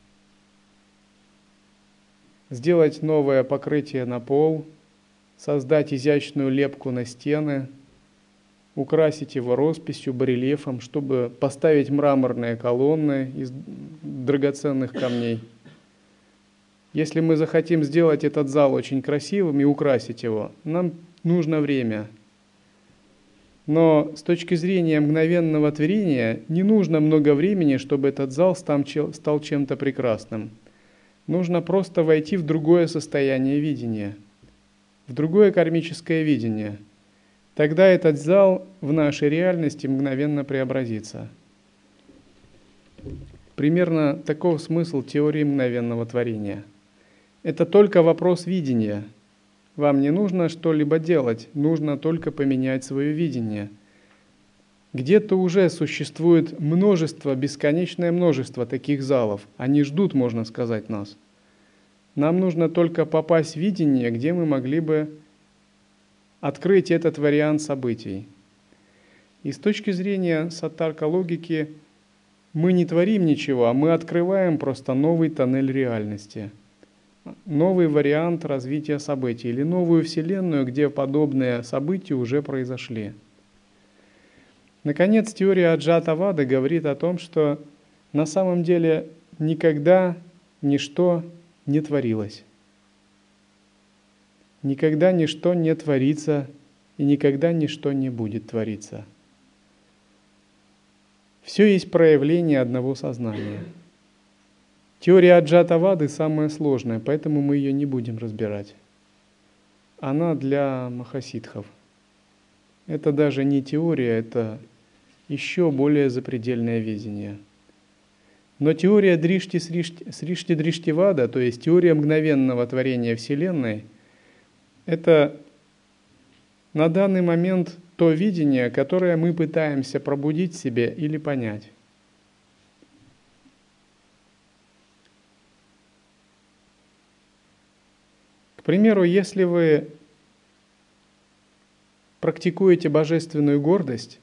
сделать новое покрытие на пол, создать изящную лепку на стены, украсить его росписью, барельефом, чтобы поставить мраморные колонны из драгоценных камней. Если мы захотим сделать этот зал очень красивым и украсить его, нам нужно время. Но с точки зрения мгновенного творения не нужно много времени, чтобы этот зал стал чем-то прекрасным. Нужно просто войти в другое состояние видения, в другое кармическое видение. Тогда этот зал в нашей реальности мгновенно преобразится. Примерно таков смысл теории мгновенного творения. Это только вопрос видения. Вам не нужно что-либо делать, нужно только поменять свое видение. Где-то уже существует множество, бесконечное множество таких залов. Они ждут, можно сказать, нас. Нам нужно только попасть в видение, где мы могли бы открыть этот вариант событий. И с точки зрения саттарка-логики мы не творим ничего, а мы открываем просто новый тоннель реальности. Новый вариант развития событий или новую вселенную, где подобные события уже произошли. Наконец, теория Аджатавады говорит о том, что на самом деле никогда ничто не творилось. Никогда ничто не творится и никогда ничто не будет твориться. Все есть проявление одного сознания. Теория Аджатавады самая сложная, поэтому мы ее не будем разбирать. Она для махасидхов. Это даже не теория, это еще более запредельное видение. Но теория Дришти Сришти Дриштивада, то есть теория мгновенного творения Вселенной, это на данный момент то видение, которое мы пытаемся пробудить в себе или понять. К примеру, если вы практикуете божественную гордость,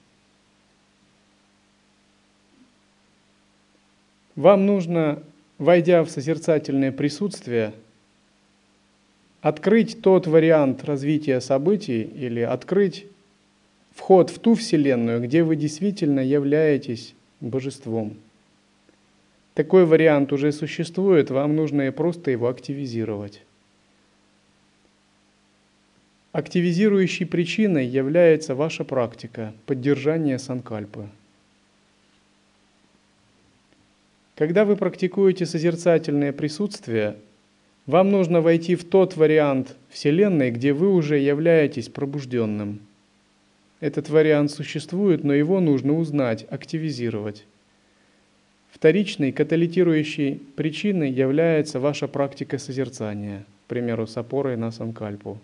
вам нужно, войдя в созерцательное присутствие, открыть тот вариант развития событий или открыть вход в ту вселенную, где вы действительно являетесь божеством. Такой вариант уже существует, вам нужно просто его активизировать. Активизирующей причиной является ваша практика поддержания санкальпы. Когда вы практикуете созерцательное присутствие, вам нужно войти в тот вариант Вселенной, где вы уже являетесь пробужденным. Этот вариант существует, но его нужно узнать, активизировать. Вторичной катализирующей причиной является ваша практика созерцания, к примеру, с опорой на санкальпу.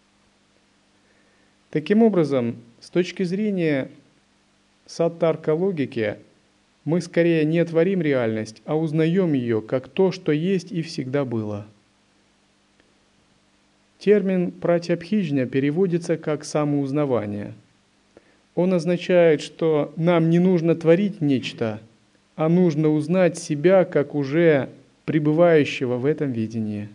Таким образом, с точки зрения саттарка-логики, мы скорее не творим реальность, а узнаем ее как то, что есть и всегда было. Термин пратябхиджня переводится как самоузнавание. Он означает, что нам не нужно творить нечто, а нужно узнать себя как уже пребывающего в этом видении.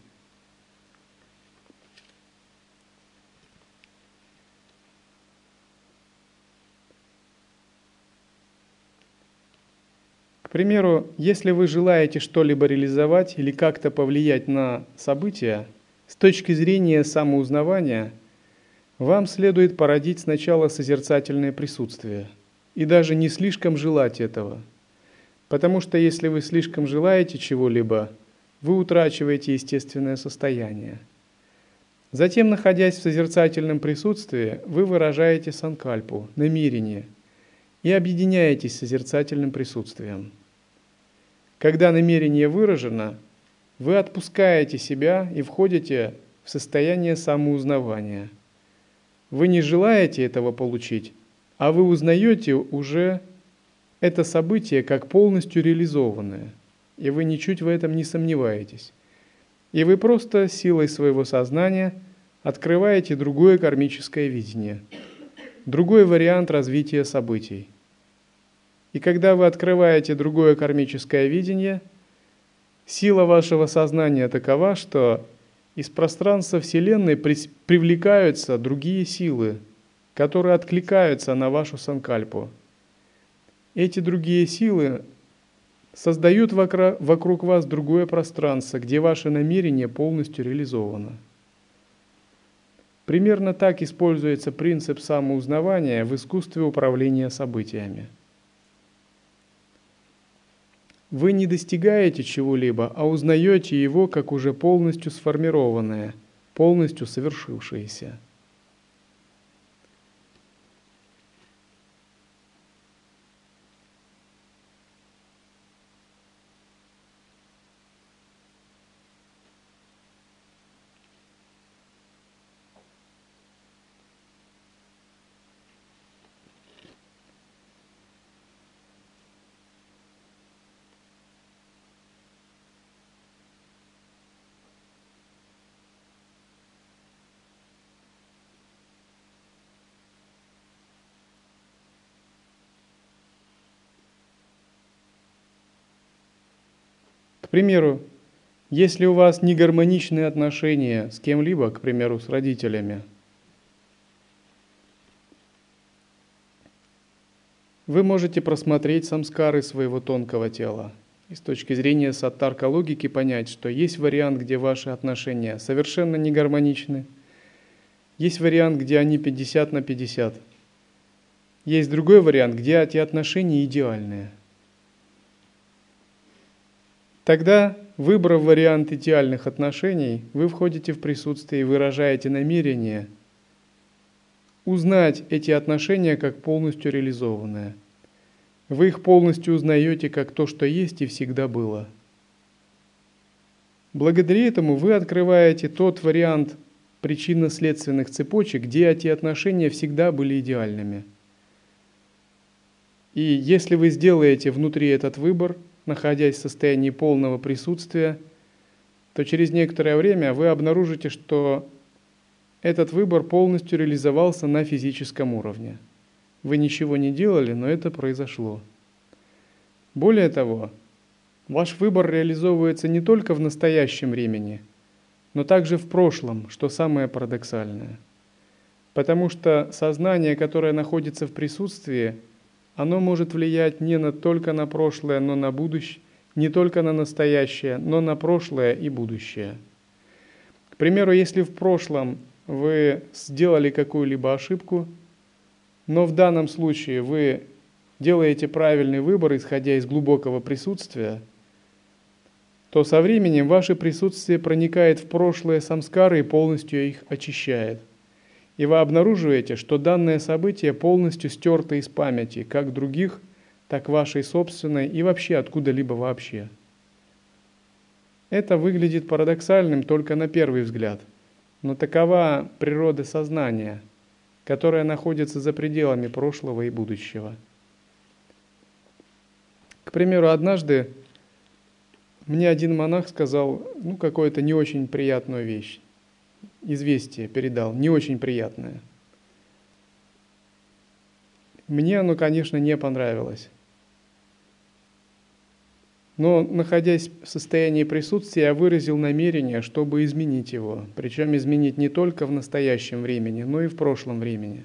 К примеру, если вы желаете что-либо реализовать или как-то повлиять на события, с точки зрения самоузнавания, вам следует породить сначала созерцательное присутствие и даже не слишком желать этого. Потому что если вы слишком желаете чего-либо, вы утрачиваете естественное состояние. Затем, находясь в созерцательном присутствии, вы выражаете санкальпу, намерение, и объединяетесь с созерцательным присутствием. Когда намерение выражено, вы отпускаете себя и входите в состояние самоузнавания. Вы не желаете этого получить, а вы узнаете уже это событие как полностью реализованное, и вы ничуть в этом не сомневаетесь. И вы просто силой своего сознания открываете другое кармическое видение, другой вариант развития событий. И когда вы открываете другое кармическое видение, сила вашего сознания такова, что из пространства Вселенной привлекаются другие силы, которые откликаются на вашу санкальпу. Эти другие силы создают вокруг вас другое пространство, где ваше намерение полностью реализовано. Примерно так используется принцип самоузнавания в искусстве управления событиями. Вы не достигаете чего-либо, а узнаете его как уже полностью сформированное, полностью совершившееся. К примеру, если у вас негармоничные отношения с кем-либо, к примеру, с родителями, вы можете просмотреть самскары своего тонкого тела и с точки зрения саттарка логики понять, что есть вариант, где ваши отношения совершенно не гармоничны, есть вариант, где они пятьдесят на пятьдесят, есть другой вариант, где эти отношения идеальные. Тогда, выбрав вариант идеальных отношений, вы входите в присутствие и выражаете намерение узнать эти отношения как полностью реализованные. Вы их полностью узнаете как то, что есть и всегда было. Благодаря этому вы открываете тот вариант причинно-следственных цепочек, где эти отношения всегда были идеальными. И если вы сделаете внутри этот выбор, находясь в состоянии полного присутствия, то через некоторое время вы обнаружите, что этот выбор полностью реализовался на физическом уровне. Вы ничего не делали, но это произошло. Более того, ваш выбор реализовывается не только в настоящем времени, но также в прошлом, что самое парадоксальное. Потому что сознание, которое находится в присутствии, оно может влиять не на, только на прошлое, но на будущее, не только на настоящее, но на прошлое и будущее. К примеру, если в прошлом вы сделали какую-либо ошибку, но в данном случае вы делаете правильный выбор, исходя из глубокого присутствия, то со временем ваше присутствие проникает в прошлые самскары и полностью их очищает. И вы обнаруживаете, что данное событие полностью стерто из памяти, как других, так вашей собственной и вообще откуда-либо вообще. Это выглядит парадоксальным только на первый взгляд, но такова природа сознания, которое находится за пределами прошлого и будущего. К примеру, однажды мне один монах сказал, ну, какую-то не очень приятную вещь. Известие передал, не очень приятное. Мне оно, конечно, не понравилось. Но, находясь в состоянии присутствия, я выразил намерение, чтобы изменить его. Причем изменить не только в настоящем времени, но и в прошлом времени.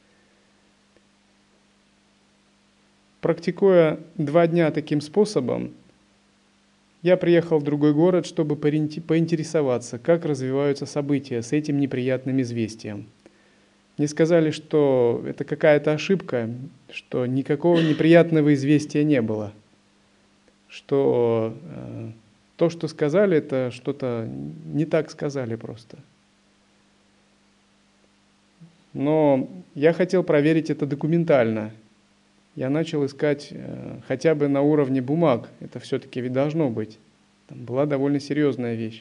Практикуя два дня таким способом, я приехал в другой город, чтобы поинтересоваться, как развиваются события с этим неприятным известием. Мне сказали, что это какая-то ошибка, что никакого неприятного известия не было, что э, то, что сказали, это что-то не так сказали просто. Но я хотел проверить это документально. Я начал искать э, хотя бы на уровне бумаг. Это все-таки ведь должно быть. Там была довольно серьезная вещь.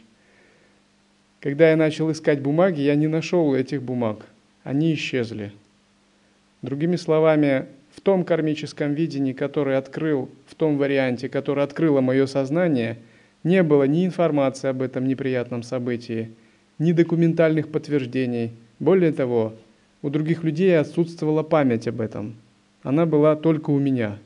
Когда я начал искать бумаги, я не нашел этих бумаг. Они исчезли. Другими словами, в том кармическом видении, который открыл, в том варианте, который открыло мое сознание, не было ни информации об этом неприятном событии, ни документальных подтверждений. Более того, у других людей отсутствовала память об этом. Она была только у меня.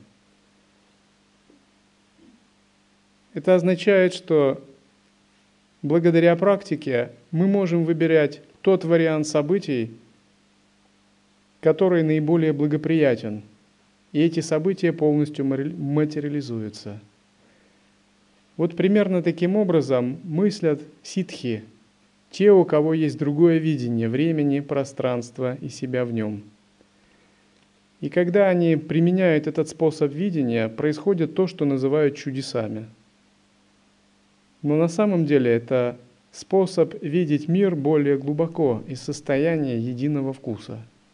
Это означает, что благодаря практике мы можем выбирать тот вариант событий, который наиболее благоприятен, и эти события полностью материализуются. Вот примерно таким образом мыслят ситхи, те, у кого есть другое видение времени, пространства и себя в нем. И когда они применяют этот способ видения, происходит то, что называют чудесами. Но на самом деле это способ видеть мир более глубоко из состояния единого вкуса.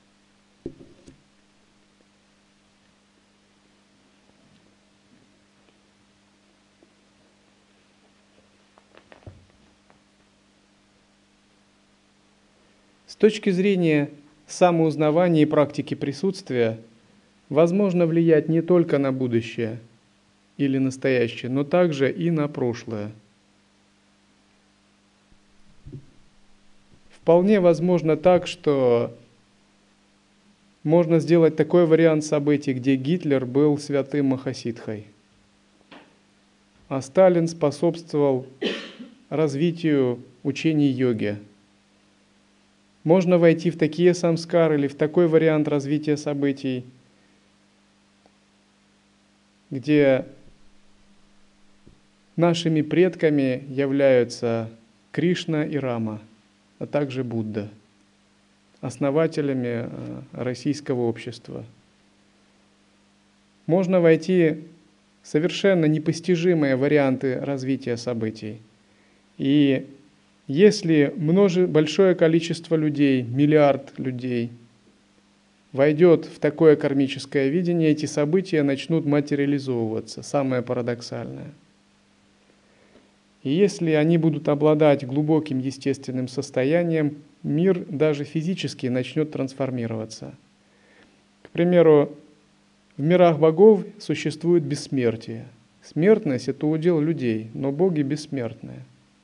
С точки зрения самоузнавания и практики присутствия, возможно влиять не только на будущее или настоящее, но также и на прошлое. Вполне возможно так, что можно сделать такой вариант событий, где Гитлер был святым Махасидхой, а Сталин способствовал развитию учений йоги. Можно войти в такие самскары или в такой вариант развития событий, где нашими предками являются Кришна и Рама, а также Будда, основателями российского общества. Можно войти в совершенно непостижимые варианты развития событий. И если множе, большое количество людей, миллиард людей, войдет в такое кармическое видение, эти события начнут материализовываться, самое парадоксальное. И если они будут обладать глубоким естественным состоянием, мир даже физически начнет трансформироваться. К примеру, в мирах богов существует бессмертие. Смертность – это удел людей, но боги бессмертные.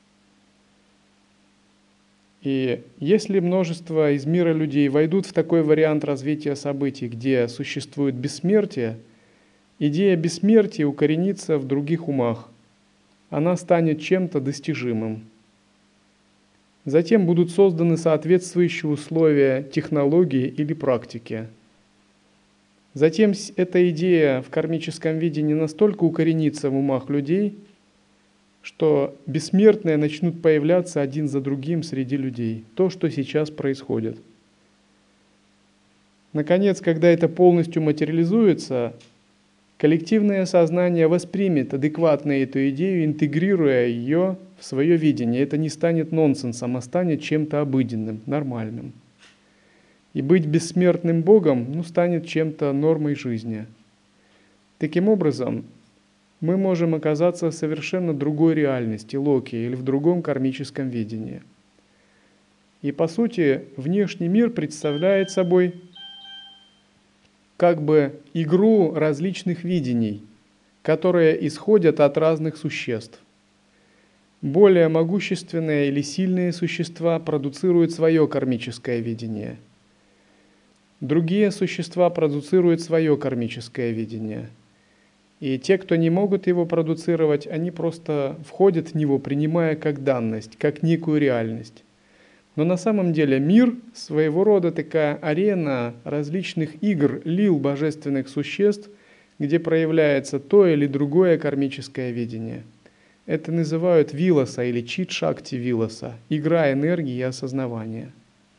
И если множество из мира людей войдут в такой вариант развития событий, где существует бессмертие, идея бессмертия укоренится в других умах. Она станет чем-то достижимым. Затем будут созданы соответствующие условия технологии или практики. Затем эта идея в кармическом видении настолько укоренится в умах людей, что бессмертные начнут появляться один за другим среди людей. То, что сейчас происходит. Наконец, когда это полностью материализуется, коллективное сознание воспримет адекватно эту идею, интегрируя ее в свое видение. Это не станет нонсенсом, а станет чем-то обыденным, нормальным. И быть бессмертным Богом ну, станет чем-то нормой жизни. Таким образом, мы можем оказаться в совершенно другой реальности, локи, или в другом кармическом видении. И по сути, внешний мир представляет собой как бы игру различных видений, которые исходят от разных существ. Более могущественные или сильные существа продуцируют свое кармическое видение. Другие существа продуцируют свое кармическое видение. И те, кто не могут его продуцировать, они просто входят в него, принимая как данность, как некую реальность. Но на самом деле мир своего рода такая арена различных игр, лил божественных существ, где проявляется то или другое кармическое видение. Это называют виласа или чит-шакти виласа, игра энергии и осознавания.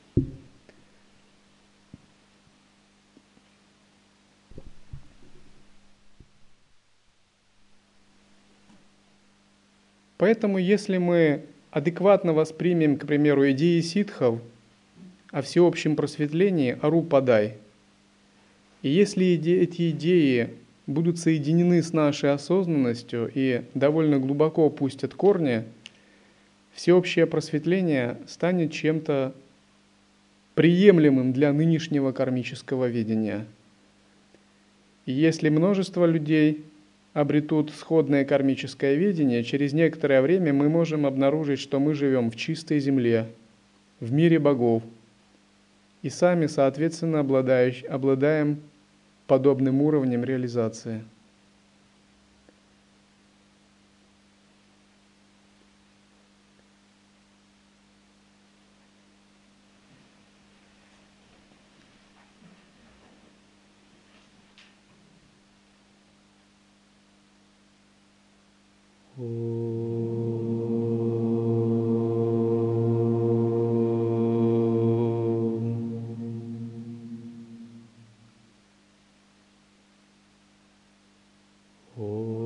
Поэтому, если мы адекватно воспримем, к примеру, идеи ситхов о всеобщем просветлении, арупадай, и если иде- эти идеи будут соединены с нашей осознанностью и довольно глубоко пустят корни, всеобщее просветление станет чем-то приемлемым для нынешнего кармического видения. И если множество людей обретут сходное кармическое видение, через некоторое время мы можем обнаружить, что мы живем в чистой земле, в мире богов, и сами, соответственно, обладаем подобным уровнем реализации. Oh.